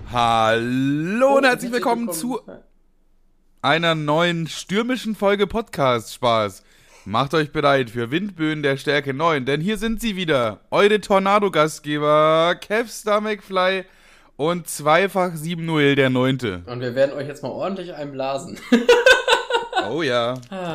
Hallo und herzlich willkommen zu einer neuen stürmischen Folge Podcast-Spaß. Macht euch bereit für Windböen der Stärke 9, denn hier sind sie wieder, eure Tornado-Gastgeber, Kevstar McFly und zweifach 7-0 der 9. Und wir werden euch jetzt mal ordentlich einblasen. Oh ja.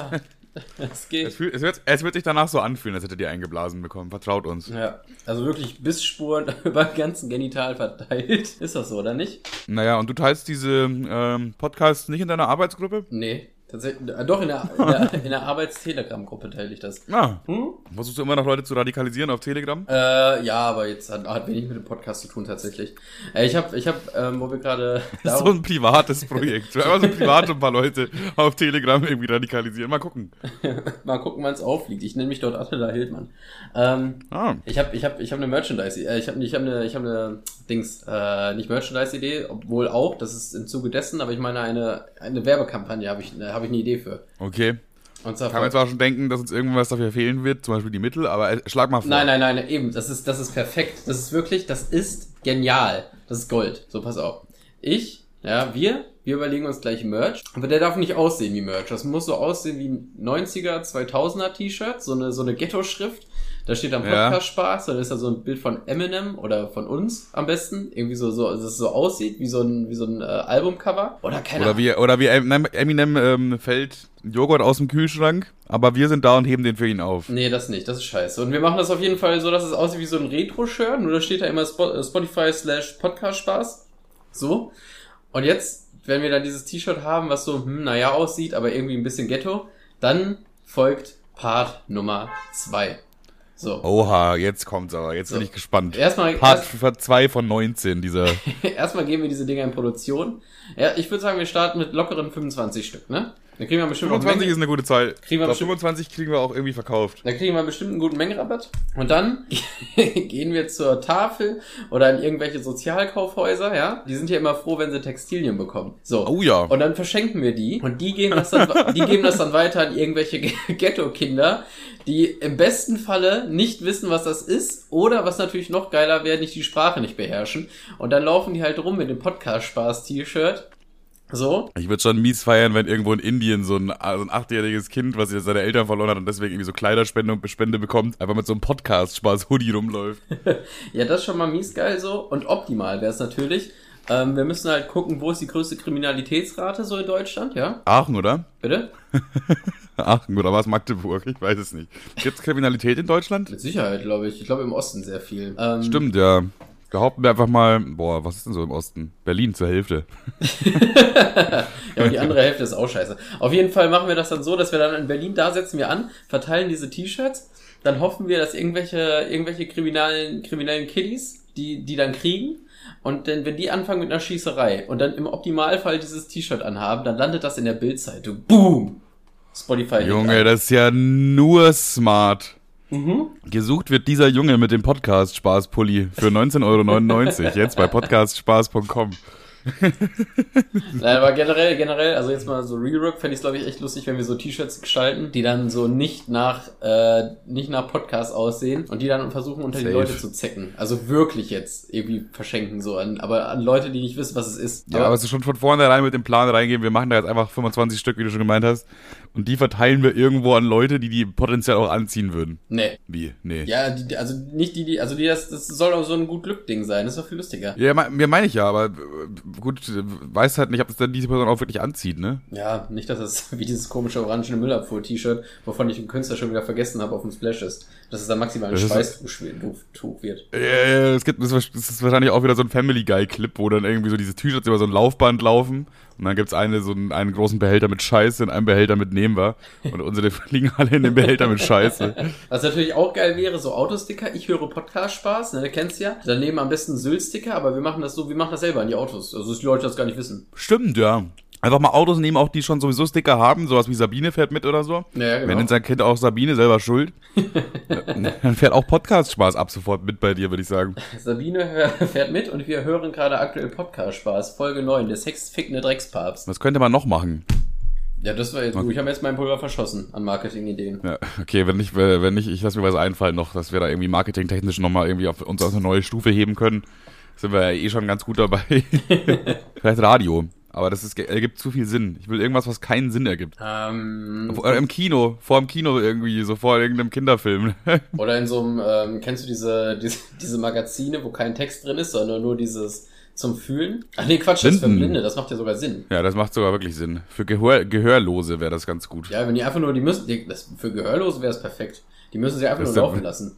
Es geht. Es wird sich danach so anfühlen, als hättet ihr eingeblasen bekommen. Vertraut uns. Ja, also wirklich Bissspuren über den ganzen Genital verteilt. Ist das so, oder nicht? Naja, und du teilst diese Podcasts nicht in deiner Arbeitsgruppe? Nee. Tatsächlich, doch, in der Arbeitstelegram-Gruppe teile ich das. Ah, versuchst du immer noch Leute zu radikalisieren auf Telegram? Ja, aber jetzt hat wenig mit dem Podcast zu tun, tatsächlich. Ich hab, wo wir gerade... Das ist so ein privates Projekt. Einfach so privat ein paar Leute auf Telegram irgendwie radikalisieren. Mal gucken. Mal gucken, wann es aufliegt. Ich nenne mich dort Attila Hildmann. Ich hab eine Merchandise, ich hab eine nicht Merchandise-Idee, obwohl auch, das ist im Zuge dessen, aber ich meine eine Werbekampagne habe ich eine Idee für. Okay. Und zwar kann man zwar schon denken, dass uns irgendwas dafür fehlen wird, zum Beispiel die Mittel, aber schlag mal vor. Nein, eben, das ist perfekt. Das ist genial. Das ist Gold. So, pass auf. Wir überlegen uns gleich Merch, aber der darf nicht aussehen wie Merch. Das muss so aussehen wie ein 90er, 2000er T-Shirt, so eine Ghetto-Schrift. Da steht dann Podcast-Spaß, da ist da so ein Bild von Eminem oder von uns am besten. Irgendwie so, dass es so aussieht, wie so ein Albumcover. Oder keine Ahnung. Oder wie Eminem fällt Joghurt aus dem Kühlschrank, aber wir sind da und heben den für ihn auf. Nee, das nicht, das ist scheiße. Und wir machen das auf jeden Fall so, dass es aussieht wie so ein Retro-Shirt, nur da steht da immer Spotify/Podcast-Spaß. So. Und jetzt, wenn wir dann dieses T-Shirt haben, was so, aussieht, aber irgendwie ein bisschen Ghetto, dann folgt Part Nummer 2. So. Oha, jetzt kommt's aber. Jetzt bin ich gespannt. Part 2 von 19 dieser... Erstmal geben wir diese Dinger in Produktion. Ja, ich würde sagen, wir starten mit lockeren 25 Stück, ne? Dann kriegen wir bestimmt 25 ist eine gute Zahl. 25 kriegen wir auch irgendwie verkauft. Dann kriegen wir bestimmt einen guten Mengenrabatt. Und dann gehen wir zur Tafel oder in irgendwelche Sozialkaufhäuser, ja? Die sind ja immer froh, wenn sie Textilien bekommen. So. Oh ja. Und dann verschenken wir die. Und die geben das dann weiter an irgendwelche Ghetto-Kinder, die im besten Falle nicht wissen, was das ist. Oder, was natürlich noch geiler wäre, die Sprache nicht beherrschen. Und dann laufen die halt rum mit dem Podcast-Spaß-T-Shirt. So. Ich würde schon mies feiern, wenn irgendwo in Indien so ein 8-jähriges Kind, was seine Eltern verloren hat und deswegen irgendwie so Kleiderspende bekommt, einfach mit so einem Podcast-Spaß-Hoodie rumläuft. Ja, das ist schon mal mies geil so. Und optimal wäre es natürlich. Wir müssen halt gucken, wo ist die größte Kriminalitätsrate so in Deutschland, ja? Aachen, oder? Bitte? Aachen, oder war es Magdeburg? Ich weiß es nicht. Gibt es Kriminalität in Deutschland? Mit Sicherheit, glaube ich. Ich glaube im Osten sehr viel. Stimmt, ja. Behaupten wir einfach mal, was ist denn so im Osten? Berlin zur Hälfte. Ja, und die andere Hälfte ist auch scheiße. Auf jeden Fall machen wir das dann so, dass wir dann in Berlin, da setzen wir an, verteilen diese T-Shirts, dann hoffen wir, dass irgendwelche kriminellen Kiddies, die dann kriegen, und dann, wenn die anfangen mit einer Schießerei und dann im Optimalfall dieses T-Shirt anhaben, dann landet das in der Bildzeitung. Boom! Spotify. Junge, das ist ja nur smart. Gesucht wird dieser Junge mit dem Podcast-Spaß-Pulli für 19,99 € jetzt bei podcastspaß.com. Nein, aber generell, also jetzt mal so Real Rock, fände ich es, glaube ich, echt lustig, wenn wir so T-Shirts gestalten, die dann so nicht nach Podcast aussehen und die dann versuchen, unter die Leute zu zecken. Also wirklich jetzt irgendwie verschenken, aber an Leute, die nicht wissen, was es ist. Ja, aber es ist schon von vornherein mit dem Plan reingehen, wir machen da jetzt einfach 25 Stück, wie du schon gemeint hast, und die verteilen wir irgendwo an Leute, die potenziell auch anziehen würden. Nee. Wie? Nee. Ja, das soll auch so ein Gut-Glück-Ding sein, das ist doch viel lustiger. Ja, meine ich ja, aber gut, weiß halt nicht, ob es dann diese Person auch wirklich anzieht, ne? Ja, nicht, dass es wie dieses komische orangene Müllabfuhr-T-Shirt, wovon ich den Künstler schon wieder vergessen habe, auf dem Splash ist. Dass es dann maximal ein Schweißtuch wird. Ja, das ist wahrscheinlich auch wieder so ein Family Guy-Clip, wo dann irgendwie so diese T-Shirts über so ein Laufband laufen und dann gibt's einen großen Behälter mit Scheiße und einen Behälter mit Nehmen wir und unsere liegen alle in dem Behälter mit Scheiße. Was natürlich auch geil wäre, so Autosticker, ich höre Podcast-Spaß, ne, kennst du ja. Daneben am besten Sylt-Sticker, aber wir machen das selber an die Autos, also dass die Leute das gar nicht wissen. Stimmt, ja. Einfach mal Autos nehmen, auch die schon sowieso Sticker haben, sowas wie Sabine fährt mit oder so. Ja, genau. Wenn nennt sein Kind auch Sabine, selber schuld. Dann fährt auch Podcast-Spaß ab sofort mit bei dir, würde ich sagen. Sabine fährt mit und wir hören gerade aktuell Podcast-Spaß, Folge 9, der sexfickende Dreckspapst. Was könnte man noch machen? Ja, das war jetzt gut. Ich habe jetzt mein Pulver verschossen an Marketing-Ideen. Ja, okay, wenn nicht, ich lasse mir was einfallen noch, dass wir da irgendwie marketingtechnisch nochmal irgendwie uns auf eine neue Stufe heben können. Sind wir ja eh schon ganz gut dabei. Vielleicht Radio. Aber das ergibt zu viel Sinn. Ich will irgendwas, was keinen Sinn ergibt. Im Kino, vor dem Kino irgendwie, so vor irgendeinem Kinderfilm. Oder in so einem, kennst du diese Magazine, wo kein Text drin ist, sondern nur dieses zum Fühlen? Ach nee, Quatsch, das ist für Blinde, das macht ja sogar Sinn. Ja, das macht sogar wirklich Sinn. Für Gehörlose wäre das ganz gut. Ja, wenn die einfach nur, für Gehörlose wäre es perfekt. Die müssen sie einfach nur laufen lassen.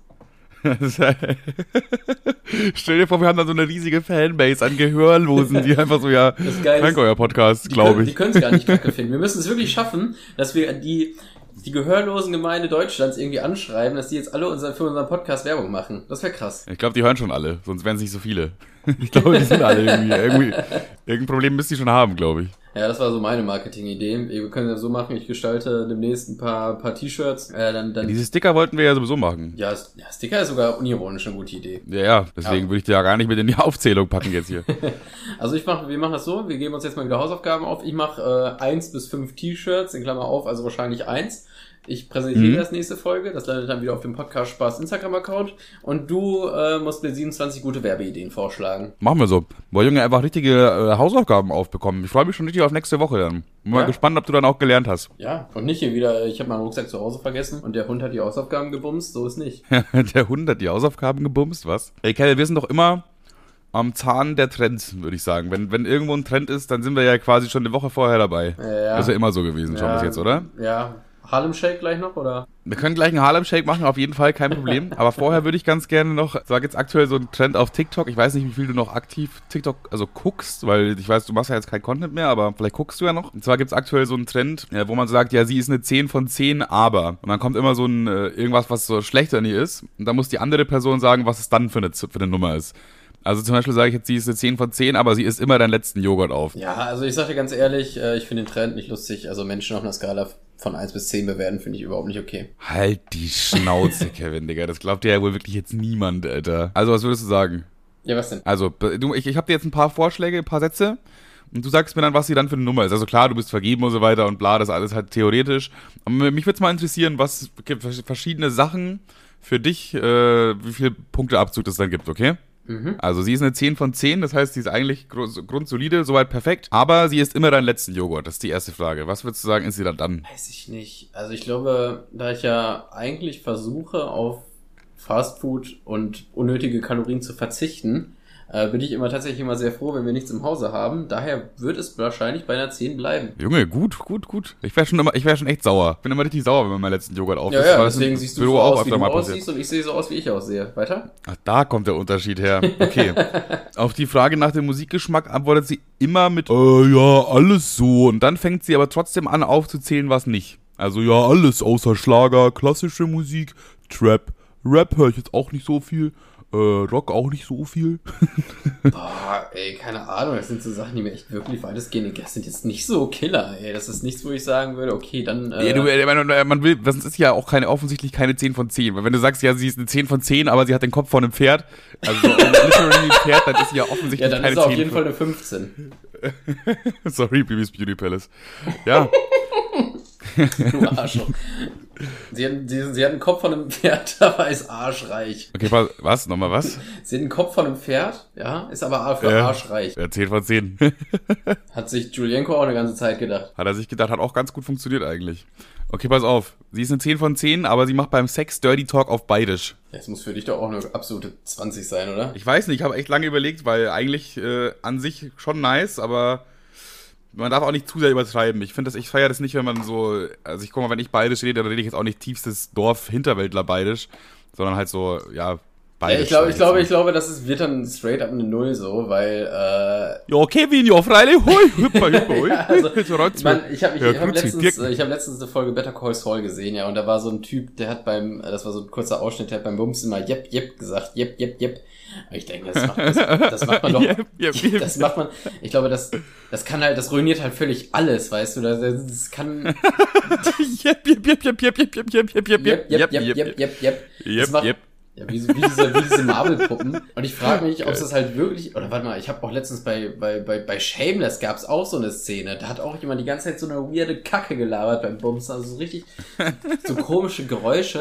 Stell dir vor, wir haben da so eine riesige Fanbase an Gehörlosen, die einfach so, ja, danke euer Podcast, glaube ich. Die können es gar nicht kacke finden. Wir müssen es wirklich schaffen, dass wir die gehörlosen Gemeinde Deutschlands irgendwie anschreiben, dass die jetzt alle für unseren Podcast Werbung machen. Das wäre kraß. Ich glaube, die hören schon alle, sonst wären es nicht so viele. Ich glaube, die sind alle irgendwie irgendein Problem müssen die schon haben, glaube ich. Ja, das war so meine Marketing-Idee. Wir können das so machen, ich gestalte demnächst ein paar T-Shirts. Diese Sticker wollten wir ja sowieso machen. Ja, Sticker ist sogar unironisch eine gute Idee. Ja, deswegen würde ich dir ja gar nicht mit in die Aufzählung packen jetzt hier. Also wir machen das so, wir geben uns jetzt mal wieder Hausaufgaben auf. Ich mache 1 bis 5 T-Shirts, in Klammer auf, also wahrscheinlich 1. Ich präsentiere das nächste Folge, das landet dann wieder auf dem Podcast Spaß Instagram-Account und du musst mir 27 gute Werbeideen vorschlagen. Machen wir so. Boah, Junge, einfach richtige Hausaufgaben aufbekommen. Ich freue mich schon richtig auf nächste Woche dann. Bin mal gespannt, ob du dann auch gelernt hast. Ja, und nicht hier wieder, ich habe meinen Rucksack zu Hause vergessen und der Hund hat die Hausaufgaben gebumst, so ist nicht. Der Hund hat die Hausaufgaben gebumst, was? Ey, Kelle, wir sind doch immer am Zahn der Trends, würde ich sagen. Wenn irgendwo ein Trend ist, dann sind wir ja quasi schon eine Woche vorher dabei. Ja. Das ist ja immer so gewesen schon bis jetzt, oder? Ja. Harlem Shake gleich noch, oder? Wir können gleich einen Harlem Shake machen, auf jeden Fall, kein Problem. Aber vorher würde ich ganz gerne noch, sag jetzt aktuell so ein Trend auf TikTok. Ich weiß nicht, wie viel du noch aktiv TikTok, guckst, weil ich weiß, du machst ja jetzt kein Content mehr, aber vielleicht guckst du ja noch. Und zwar gibt's aktuell so einen Trend, wo man sagt, ja, sie ist eine 10 von 10, aber. Und dann kommt immer so ein, irgendwas, was so schlechter an ihr ist. Und dann muss die andere Person sagen, was es dann für eine Nummer ist. Also zum Beispiel sage ich jetzt, sie ist eine 10 von 10, aber sie isst immer deinen letzten Joghurt auf. Ja, also ich sag dir ganz ehrlich, ich finde den Trend nicht lustig. Also Menschen auf einer Skala von 1 bis 10 bewerten, finde ich überhaupt nicht okay. Halt die Schnauze, Kevin, Digga. Das glaubt dir ja wohl wirklich jetzt niemand, Alter. Also was würdest du sagen? Ja, was denn? Also, ich habe dir jetzt ein paar Vorschläge, ein paar Sätze. Und du sagst mir dann, was sie dann für eine Nummer ist. Also klar, du bist vergeben und so weiter und bla, das alles halt theoretisch. Aber mich würde es mal interessieren, was gibt verschiedene Sachen für dich, wie viel Punkteabzug das dann gibt, okay? Also sie ist eine 10 von 10, das heißt, sie ist eigentlich grundsolide, soweit perfekt, aber sie isst immer deinen letzten Joghurt, das ist die erste Frage. Was würdest du sagen, ist sie dann? Weiß ich nicht. Also ich glaube, da ich ja eigentlich versuche, auf Fastfood und unnötige Kalorien zu verzichten, bin ich tatsächlich immer sehr froh, wenn wir nichts im Hause haben. Daher wird es wahrscheinlich bei einer 10 bleiben. Junge, gut. Ich wäre schon echt sauer. Ich bin immer richtig sauer, wenn man meinen letzten Joghurt auf ist. Ja, deswegen siehst du so aus, wie du aussiehst und ich sehe so aus, wie ich aussehe. Weiter? Ach, da kommt der Unterschied her. Okay. Auf die Frage nach dem Musikgeschmack antwortet sie immer mit, ja, alles so. Und dann fängt sie aber trotzdem an aufzuzählen, was nicht. Also ja, alles außer Schlager, klassische Musik, Trap, Rap höre ich jetzt auch nicht so viel. Rock auch nicht so viel. Boah, ey, keine Ahnung, das sind so Sachen, die mir echt wirklich weitestgehend, das sind jetzt nicht so Killer, ey, das ist nichts, wo ich sagen würde, okay, dann, man will, das ist ja auch offensichtlich keine 10 von 10, weil wenn du sagst, ja, sie ist eine 10 von 10, aber sie hat den Kopf von einem Pferd, also so literally ein Pferd, dann ist sie ja offensichtlich keine 10. Ja, dann ist sie auf jeden Fall eine 15. Sorry, Bibis Beauty Palace. Ja. Du Arschloch. Sie hat einen Kopf von einem Pferd, aber ist arschreich. Okay, was? Nochmal was? Sie hat einen Kopf von einem Pferd, ja, ist aber arschreich. Ja, 10 von 10. Hat sich Julienko auch eine ganze Zeit gedacht. Hat er sich gedacht, hat auch ganz gut funktioniert eigentlich. Okay, pass auf. Sie ist eine 10 von 10, aber sie macht beim Sex Dirty Talk auf Bayerisch. Das muss für dich doch auch eine absolute 20 sein, oder? Ich weiß nicht, ich habe echt lange überlegt, weil eigentlich an sich schon nice, aber man darf auch nicht zu sehr übertreiben. Ich feiere das nicht, wenn man so, also ich guck mal, wenn ich Bayerisch rede, dann rede ich jetzt auch nicht tiefstes Dorf Hinterwäldler Bayerisch, sondern halt so, ja, Bayerisch. Ja, ich glaube, wird dann straight up eine Null so, weil, ja, Kevin, ja, freilich, hoi, hüpper, hoi. Ja, also, ich hab letztens eine Folge Better Call Saul gesehen, ja, und da war so ein Typ, der hat das war so ein kurzer Ausschnitt, der hat beim Bums immer jep, jep gesagt, jep, jep, jep. Und ich denke, das macht man doch, das macht man, ich glaube, das kann halt, das ruiniert halt völlig alles, weißt du, das kann, jep, jep, jep, jep, jep, jep, jep, jep, jep, jep, jep, jep, jep, jep, jep. Ja, wie diese Marvel-Puppen. Und ich frage mich, ob es das halt wirklich, oder warte mal, ich habe auch letztens bei Shameless gab's auch so eine Szene, da hat auch jemand die ganze Zeit so eine weirde Kacke gelabert beim Bums, also so richtig, so komische Geräusche.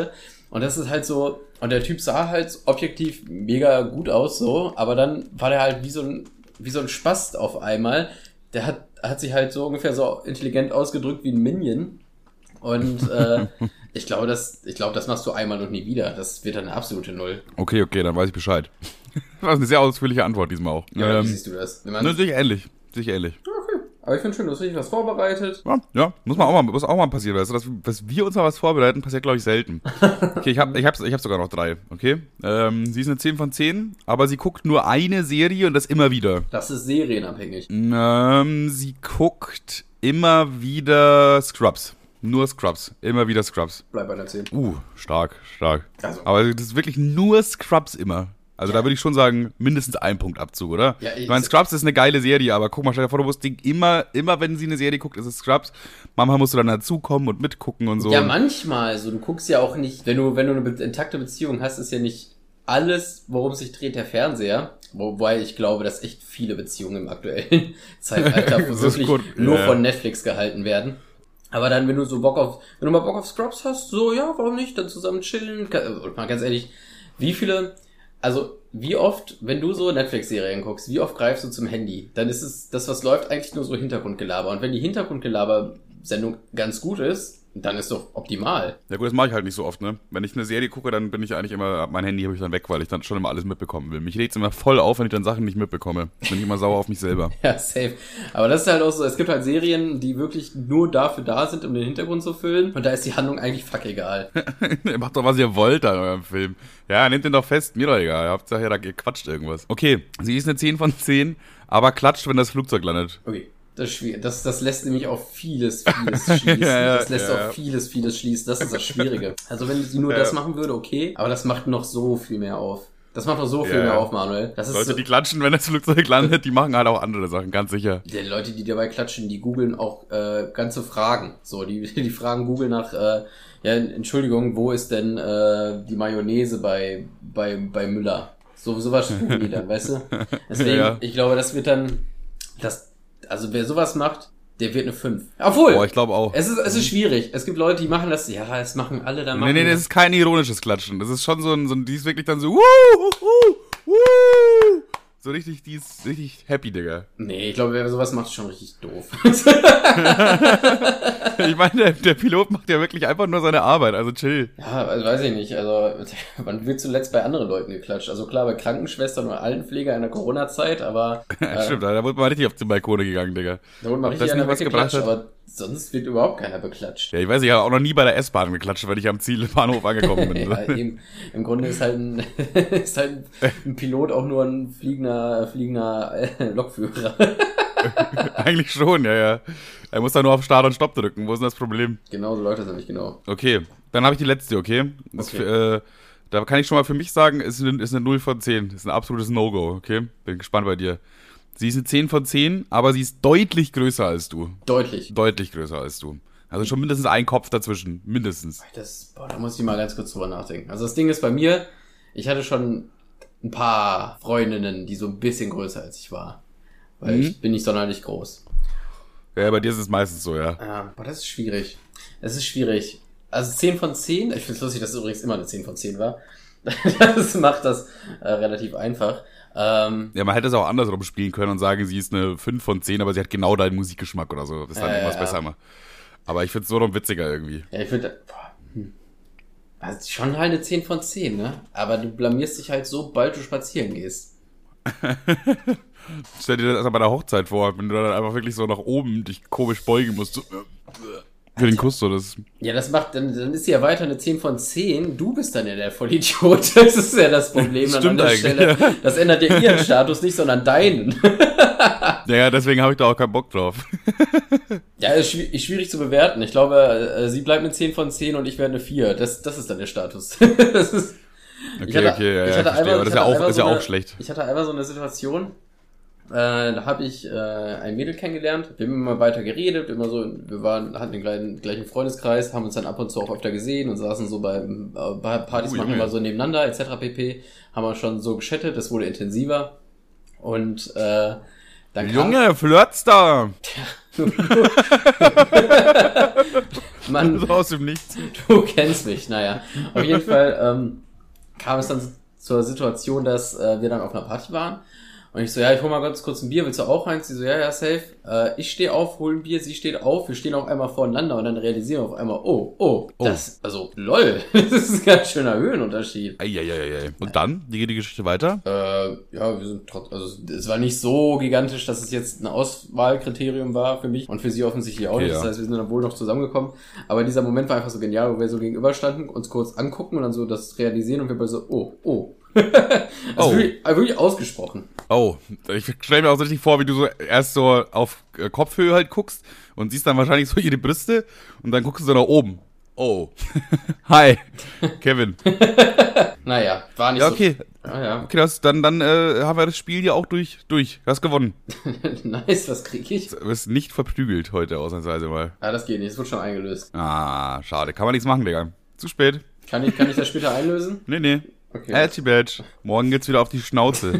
Und das ist halt so, und der Typ sah halt objektiv mega gut aus, so, aber dann war der halt wie so ein Spast auf einmal. Der hat sich halt so ungefähr so intelligent ausgedrückt wie ein Minion. Und ich glaube, das machst du einmal und nie wieder. Das wird dann eine absolute Null. Okay, dann weiß ich Bescheid. Das war eine sehr ausführliche Antwort diesmal auch. Ja, wie siehst du das? Sich ähnlich. Okay. Aber ich finde schön, du hast richtig was vorbereitet. Ja, muss auch mal passieren, weißt du, dass wir uns mal was vorbereiten, passiert, glaube ich, selten. Okay, ich hab sogar noch 3, okay? Sie ist eine 10 von 10, aber sie guckt nur eine Serie und das immer wieder. Das ist serienabhängig. Sie guckt immer wieder Scrubs. Nur Scrubs. Immer wieder Scrubs. Bleib bei einer 10. Stark. Also. Aber das ist wirklich nur Scrubs immer. Also da würde ich schon sagen, mindestens 1 Punkt Abzug, oder? Ja, ich meine, Scrubs ist eine geile Serie, aber guck mal, stell dir vor, du musst immer wenn sie eine Serie guckt, ist es Scrubs. Manchmal musst du dann dazukommen und mitgucken und so. Ja, manchmal. So, du guckst ja auch nicht, wenn du eine intakte Beziehung hast, ist ja nicht alles, worum sich dreht, der Fernseher. Wobei ich glaube, dass echt viele Beziehungen im aktuellen Zeitalter wirklich nur von Netflix gehalten werden. Aber dann, wenn du mal Bock auf Scrubs hast, so, ja, warum nicht, dann zusammen chillen. Und mal ganz ehrlich, wie oft, wenn du so Netflix-Serien guckst, wie oft greifst du zum Handy? Dann ist es, das, was läuft, eigentlich nur so Hintergrundgelaber. Und wenn die Hintergrundgelaber-Sendung ganz gut ist, dann ist doch optimal. Ja gut, das mache ich halt nicht so oft, ne? Wenn ich eine Serie gucke, dann bin ich eigentlich immer, mein Handy habe ich dann weg, weil ich dann schon immer alles mitbekommen will. Mich regt's immer voll auf, wenn ich dann Sachen nicht mitbekomme. Bin ich immer sauer auf mich selber. Ja, safe. Aber das ist halt auch so, es gibt halt Serien, die wirklich nur dafür da sind, um den Hintergrund zu füllen. Und da ist die Handlung eigentlich fuck egal. Macht doch, was ihr wollt da in eurem Film. Ja, nehmt den doch fest, mir doch egal. Hauptsache, ja, da quatscht irgendwas. Okay, sie ist eine 10 von 10, aber klatscht, wenn das Flugzeug landet. Okay. Das ist schwierig. Das lässt nämlich auf vieles schließen. Das lässt auf vieles schließen. Das ist das Schwierige. Also wenn sie nur das machen würde, okay. Aber das macht noch so viel mehr auf. Das macht noch so viel mehr auf, Manuel. Das Leute, die klatschen, wenn das Flugzeug landet, die machen halt auch andere Sachen, ganz sicher. Die Leute, die dabei klatschen, die googeln auch ganze Fragen. So, die fragen Google nach, Entschuldigung, wo ist denn die Mayonnaise bei Müller? Sowas googeln die dann, weißt du? Deswegen, ich glaube, das wird dann... Also wer sowas macht, der wird eine 5. Obwohl! Boah, ich glaube auch. Es ist schwierig. Es gibt Leute, die machen das, ja, es machen alle, dann machen... Nee, das ist kein ironisches Klatschen. Das ist schon so ein die ist wirklich dann so, so richtig, die ist richtig happy, Digga. Nee, ich glaube, wer sowas macht, ist schon richtig doof. Ich meine, der Pilot macht ja wirklich einfach nur seine Arbeit, also chill. Ja, also weiß ich nicht, also man wird zuletzt bei anderen Leuten geklatscht. Also klar, bei Krankenschwestern und Altenpfleger in der Corona-Zeit, aber... Stimmt, da wurde man richtig auf die Balkone gegangen, Digga. Da wurde man richtig einer weggeklatscht, aber sonst wird überhaupt keiner beklatscht. Ja, ich weiß, ich habe auch noch nie bei der S-Bahn geklatscht, wenn ich am Zielbahnhof angekommen bin. Ja, eben, im Grunde ist halt ein Pilot auch nur ein fliegender Lokführer. Eigentlich schon, ja. Er muss da nur auf Start und Stopp drücken. Wo ist denn das Problem? Genau, so läuft das nämlich genau. Okay, dann habe ich die letzte, okay? Da kann ich schon mal für mich sagen, ist eine 0 von 10. Ist ein absolutes No-Go, okay? Bin gespannt bei dir. Sie ist eine 10 von 10, aber sie ist deutlich größer als du. Deutlich größer als du. Also schon mindestens ein Kopf dazwischen. Mindestens. Da muss ich mal ganz kurz drüber nachdenken. Also das Ding ist bei mir, ich hatte schon ein paar Freundinnen, die so ein bisschen größer als ich war. Weil ich bin nicht sonderlich groß. Ja, bei dir ist es meistens so, ja. Ja, aber das ist schwierig. Also 10 von 10, ich finde es lustig, dass es übrigens immer eine 10 von 10 war. Das macht das relativ einfach. Ja, man hätte es auch andersrum spielen können und sagen, sie ist eine 5 von 10, aber sie hat genau deinen Musikgeschmack oder so. Das ist dann irgendwas besser immer. Aber ich finde es so noch witziger irgendwie. Ja, ich finde, also schon halt eine 10 von 10, ne? Aber du blamierst dich halt, sobald du spazieren gehst. Stell dir das erstmal bei der Hochzeit vor, wenn du dann einfach wirklich so nach oben dich komisch beugen musst. So, für den Kuss, so das. Ja, dann ist sie ja weiter eine 10 von 10. Du bist dann ja der Vollidiot. Das ist ja das Problem an der Stelle. Ja. Das ändert ja ihren Status nicht, sondern deinen. Ja, deswegen habe ich da auch keinen Bock drauf. Ja, ist schwierig zu bewerten. Ich glaube, sie bleibt eine 10 von 10 und ich werde eine 4. Das ist dann der Status. Das ist. Okay, ich verstehe, aber das ist ja auch schlecht. Ich hatte einmal so eine Situation, da habe ich ein Mädel kennengelernt, wir haben immer weiter geredet, hatten den gleichen Freundeskreis, haben uns dann ab und zu auch öfter gesehen und saßen so bei Partys manchmal so nebeneinander, etc. pp. Haben wir schon so geschattet, das wurde intensiver und dann Junge, flirt's da! So aus dem Nichts. Du kennst mich, naja. Auf jeden Fall kam es dann zur Situation, dass wir dann auf einer Party waren. Und ich so, ja, ich hol mal ganz kurz ein Bier, willst du auch eins? Sie so, ja, safe. Ich stehe auf, hol ein Bier, sie steht auf, wir stehen auf einmal voreinander und dann realisieren wir auf einmal, das, also, lol, das ist ein ganz schöner Höhenunterschied. Eieieiei. Und dann, wie geht die Geschichte weiter? Ja, wir sind also, es war nicht so gigantisch, dass es jetzt ein Auswahlkriterium war für mich und für sie offensichtlich auch nicht. Das heißt, wir sind dann wohl noch zusammengekommen. Aber dieser Moment war einfach so genial, wo wir so gegenüberstanden, uns kurz angucken und dann so das realisieren und wir beide so, also wirklich ausgesprochen. Oh, ich stelle mir auch so richtig vor, wie du so erst so auf Kopfhöhe halt guckst und siehst dann wahrscheinlich so ihre Brüste und dann guckst du so nach oben. Oh. Hi, Kevin. Naja, war nicht okay. so. Ja. Okay, dann haben wir das Spiel ja auch durch. Du hast gewonnen. Nice, was krieg ich? Du wirst nicht verprügelt heute, ausnahmsweise mal. Ah, das geht nicht, es wird schon eingelöst. Ah, schade. Kann man nichts machen, Digga. Zu spät. Kann ich das später einlösen? Nee. Okay. Badge. Morgen geht's wieder auf die Schnauze.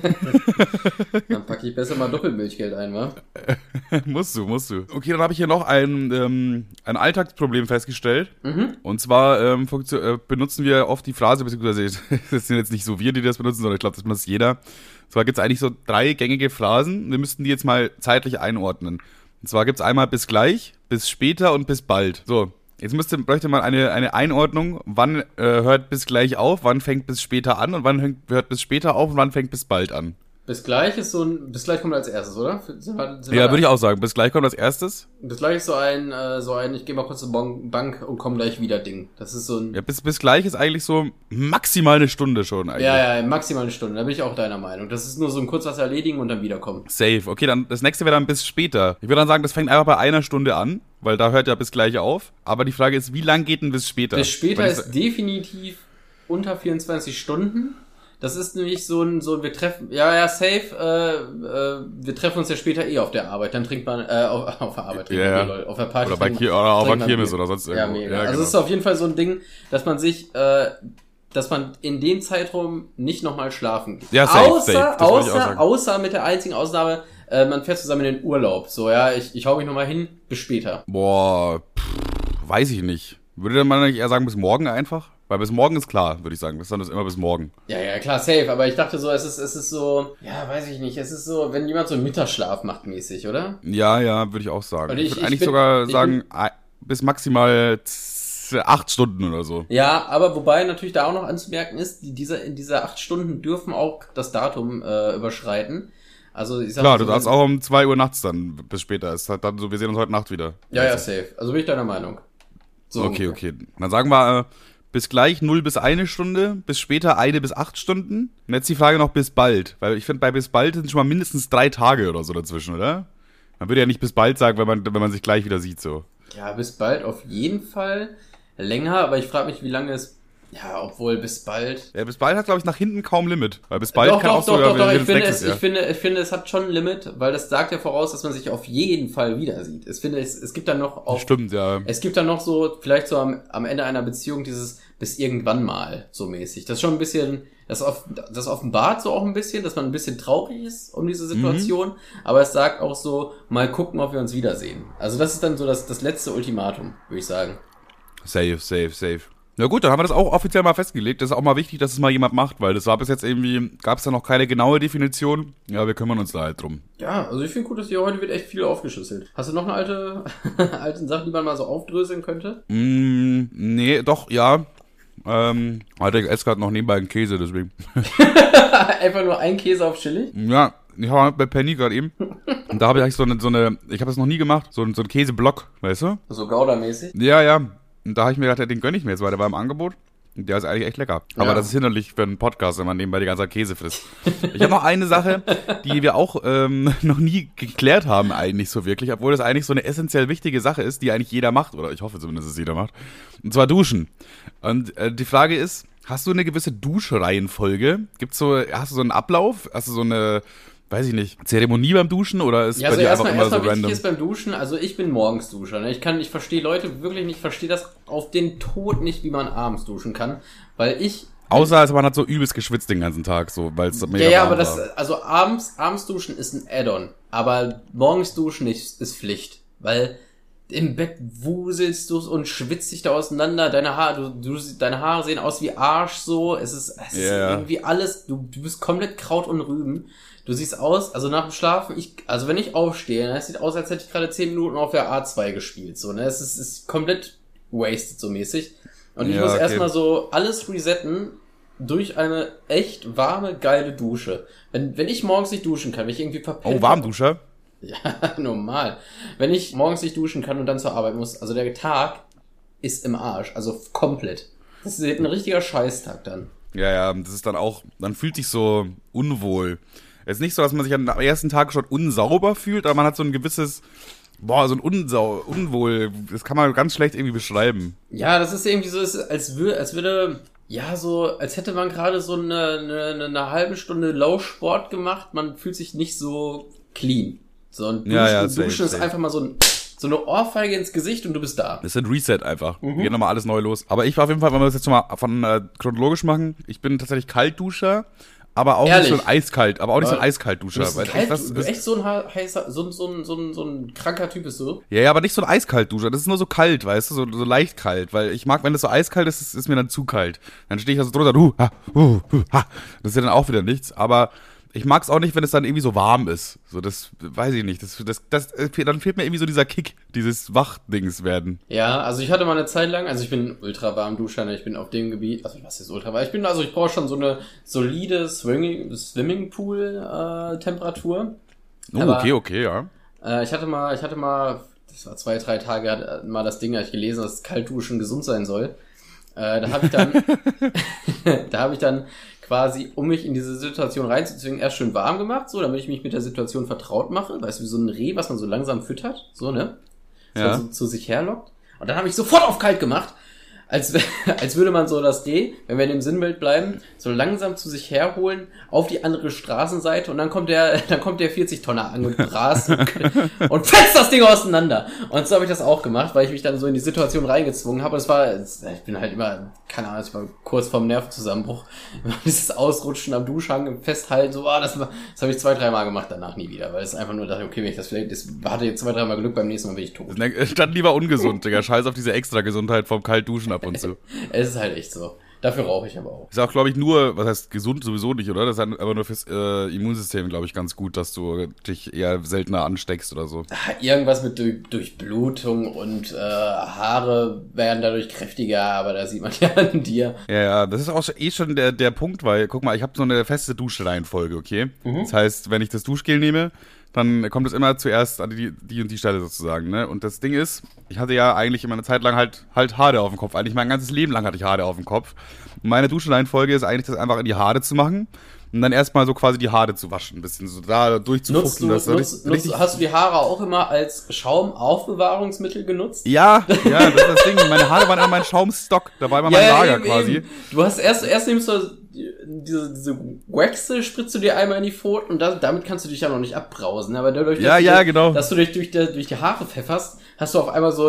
Dann packe ich besser mal Doppelmilchgeld ein, wa? Musst du. Okay, dann habe ich hier noch ein Alltagsproblem festgestellt. Und zwar benutzen wir oft die Phrase, beziehungsweise das sind jetzt nicht so wir, die das benutzen, sondern ich glaube, das benutzt jeder. Und zwar gibt's eigentlich so 3 gängige Phrasen. Wir müssten die jetzt mal zeitlich einordnen. Und zwar gibt's einmal bis gleich, bis später und bis bald. So. Jetzt bräuchte man eine Einordnung, wann hört bis gleich auf, wann fängt bis später an und wann hört bis später auf und wann fängt bis bald an. Bis gleich kommt als erstes, oder? Ja, würde ich auch sagen. Bis gleich kommt als erstes. Bis gleich ist so ein, ich gehe mal kurz zur Bank und komme gleich wieder Ding. Das ist so ein... Ja, bis gleich ist eigentlich so maximal eine Stunde schon eigentlich. Ja, maximal eine Stunde. Da bin ich auch deiner Meinung. Das ist nur so ein kurz was erledigen und dann wiederkommen. Safe. Okay, dann das nächste wäre dann bis später. Ich würde dann sagen, das fängt einfach bei 1 Stunde an, weil da hört ja bis gleich auf. Aber die Frage ist, wie lang geht denn bis später? Bis später ist definitiv unter 24 Stunden. Das ist nämlich so ein wir treffen, safe, wir treffen uns ja später auf der Arbeit, dann trinkt man, auf der Arbeit, auf der Party. Oder auf der Kirmes oder sonst irgendwo. Ja, mega. Also es ist auf jeden Fall so ein Ding, dass man sich, dass man in dem Zeitraum nicht nochmal schlafen geht. Ja, safe. Außer mit der einzigen Ausnahme, man fährt zusammen in den Urlaub. So, ja, ich hau mich nochmal hin, bis später. Boah, weiß ich nicht. Würde man nicht eher sagen, bis morgen einfach? Weil bis morgen ist klar, würde ich sagen. Bis dann ist immer bis morgen. Ja, klar, safe. Aber ich dachte so, es ist so, ja, weiß ich nicht. Es ist so, wenn jemand so einen Mittagsschlaf macht mäßig, oder? Ja, würde ich auch sagen. Ich würde eigentlich sogar sagen, bis maximal 8 Stunden oder so. Ja, aber wobei natürlich da auch noch anzumerken ist, in dieser 8 Stunden dürfen auch das Datum überschreiten. Also ich sag klar, so, du darfst auch um 2 Uhr nachts dann bis später. Es hat dann so, wir sehen uns heute Nacht wieder. Ja, safe. Also bin ich deiner Meinung. So okay. Dann sagen wir bis gleich 0 bis 1 Stunde, bis später 1 bis 8 Stunden. Und jetzt die Frage noch bis bald. Weil ich finde, bei bis bald sind schon mal mindestens 3 Tage oder so dazwischen, oder? Man würde ja nicht bis bald sagen, wenn man sich gleich wieder sieht, so. Ja, bis bald auf jeden Fall länger, aber ich frage mich, wie lange es... Ja, obwohl bis bald... Ja, bis bald hat, glaube ich, nach hinten kaum Limit. Weil bis bald kann auch so... Doch, ich finde, es hat schon ein Limit, weil das sagt ja voraus, dass man sich auf jeden Fall wieder sieht. Ich finde, es gibt dann noch... Stimmt, ja. Es gibt dann noch so, vielleicht so am Ende einer Beziehung dieses bis irgendwann mal, so mäßig. Das ist schon ein bisschen... Das offenbart so auch ein bisschen, dass man ein bisschen traurig ist um diese Situation, aber es sagt auch so, mal gucken, ob wir uns wiedersehen. Also das ist dann so das letzte Ultimatum, würde ich sagen. Safe. Na gut, dann haben wir das auch offiziell mal festgelegt. Das ist auch mal wichtig, dass es mal jemand macht, weil das war bis jetzt irgendwie, gab es da noch keine genaue Definition. Ja, wir kümmern uns da halt drum. Ja, also ich finde gut, dass hier heute wird echt viel aufgeschlüsselt. Hast du noch eine alte Sache, die man mal so aufdröseln könnte? Nee, doch, ja. Alter, ich esse gerade noch nebenbei einen Käse, deswegen. Einfach nur ein Käse auf Chili? Ja, ich war bei Penny gerade eben. Und da habe ich eigentlich so eine, ich habe das noch nie gemacht, so ein Käseblock, weißt du? So Gouda-mäßig? Ja. Und da habe ich mir gedacht, den gönne ich mir jetzt, weil der war im Angebot. Und der ist eigentlich echt lecker. Aber das ist hinderlich für einen Podcast, wenn man nebenbei die ganze Zeit Käse frisst. Ich habe noch eine Sache, die wir auch noch nie geklärt haben eigentlich so wirklich, obwohl das eigentlich so eine essentiell wichtige Sache ist, die eigentlich jeder macht, oder ich hoffe zumindest, dass jeder macht. Und zwar Duschen. Und die Frage ist, hast du eine gewisse Duschreihenfolge? Hast du so einen Ablauf? Hast du so eine... Weiß ich nicht, Zeremonie beim Duschen oder ist bei dir einfach immer so random? Wichtig ist beim Duschen, also ich bin morgens Duscher, ne? Ich verstehe Leute wirklich nicht, verstehe das auf den Tod nicht, wie man abends duschen kann, weil außer als man hat so übelst geschwitzt den ganzen Tag, so, weil es mega warm aber war. Also abends duschen ist ein Add-on, aber morgens duschen ist Pflicht, weil im Bett wuselst du und schwitzt dich da auseinander, deine Haare sehen aus wie Arsch so, es ist irgendwie alles, du bist komplett Kraut und Rüben. Du siehst aus, also nach dem Schlafen, wenn ich aufstehe, ne, es sieht aus, als hätte ich gerade 10 Minuten auf der A2 gespielt, so, ne, es ist komplett wasted, so mäßig. Und ich muss erstmal so alles resetten durch eine echt warme, geile Dusche. Wenn ich morgens nicht duschen kann, wenn ich irgendwie verpennt. Oh, Warmduscher? Ja, normal. Wenn ich morgens nicht duschen kann und dann zur Arbeit muss, also der Tag ist im Arsch, also komplett. Das ist ein richtiger Scheißtag dann. Ja, das ist dann auch, man fühlt sich so unwohl. Es ist nicht so, dass man sich am ersten Tag schon unsauber fühlt, aber man hat so ein gewisses, so ein Unwohl, das kann man ganz schlecht irgendwie beschreiben. Ja, das ist irgendwie so, als hätte man gerade so eine halbe Stunde Laufsport gemacht, man fühlt sich nicht so clean. So ein Duschen ist einfach mal so eine Ohrfeige ins Gesicht und du bist da. Das ist ein Reset einfach. Wir gehen nochmal alles neu los. Aber ich war auf jeden Fall, wenn wir das jetzt mal chronologisch machen, ich bin tatsächlich Kaltduscher. Aber auch nicht so ein eiskalt, so ein Eiskaltduscher. Du echt so ein heißer, so ein kranker Typ bist du? Ja, aber nicht so ein Eiskaltduscher, das ist nur so kalt, weißt du, so leicht kalt, weil ich mag, wenn das so eiskalt ist, ist mir dann zu kalt. Dann stehe ich da so drunter, das ist ja dann auch wieder nichts, aber ich mag es auch nicht, wenn es dann irgendwie so warm ist. So, das weiß ich nicht. Dann fehlt mir irgendwie so dieser Kick, dieses Wachdings werden. Ja, also ich hatte mal eine Zeit lang, also ich bin ultra warm Duscher, ne? Ich bin auf dem Gebiet, also was ist ultra warm? Ich brauche schon so eine solide Swimmingpool-Temperatur. Okay, ja. Ich hatte mal, das war 2-3 Tage, mal das Ding, da ich gelesen, dass Kaltduschen gesund sein soll. Da habe ich dann quasi, um mich in diese Situation reinzuzwingen, erst schön warm gemacht, so, damit ich mich mit der Situation vertraut mache, weißt du, wie so ein Reh, was man so langsam füttert, so, ne? Das man so zu sich herlockt. Und dann habe ich sofort auf kalt gemacht, als würde man so das Reh, wenn wir in dem Sinnbild bleiben, so langsam zu sich herholen, auf die andere Straßenseite und dann kommt der 40-Tonner angebrast und fetzt das Ding auseinander. Und so habe ich das auch gemacht, weil ich mich dann so in die Situation reingezwungen habe. Und ich bin halt immer, keine Ahnung, ich war kurz vorm Nervenzusammenbruch. Dieses Ausrutschen am Duschhang, Festhalten, so, das habe ich 2-3 Mal gemacht, danach nie wieder. Weil es einfach nur dachte, okay, wenn ich das hatte jetzt 2-3 Mal Glück, beim nächsten Mal bin ich tot. Statt lieber ungesund, Digga. Scheiß auf diese Extra-Gesundheit vom Kaltduschen ab und zu. Es ist halt echt so. Dafür rauche ich aber auch. Ist auch, glaube ich, nur, was heißt gesund sowieso nicht, oder? Das ist aber nur fürs Immunsystem, glaube ich, ganz gut, dass du dich eher seltener ansteckst oder so. Irgendwas mit Durchblutung und Haare werden dadurch kräftiger, aber da sieht man ja an dir. Ja, das ist auch schon der Punkt, weil, guck mal, ich habe so eine feste Duschreihenfolge, okay? Das heißt, wenn ich das Duschgel nehme, dann kommt es immer zuerst an die und die Stelle sozusagen, ne? Und das Ding ist, ich hatte ja eigentlich immer eine Zeit lang halt Haare auf dem Kopf. Eigentlich mein ganzes Leben lang hatte ich Haare auf dem Kopf. Und meine Duschreihenfolge ist eigentlich, das einfach in die Haare zu machen und dann erstmal so quasi die Haare zu waschen. Ein bisschen so da durchzufuchten. Hast du die Haare auch immer als Schaumaufbewahrungsmittel genutzt? Ja, das ist das Ding. Meine Haare waren immer mein Schaumstock. Da war immer mein Lager quasi. Eben. Du hast erst nimmst du diese Waxe, spritzt du dir einmal in die Pfoten und damit kannst du dich ja noch nicht abbrausen. Aber dadurch, dass du dich durch die Haare pfefferst, hast du auf einmal so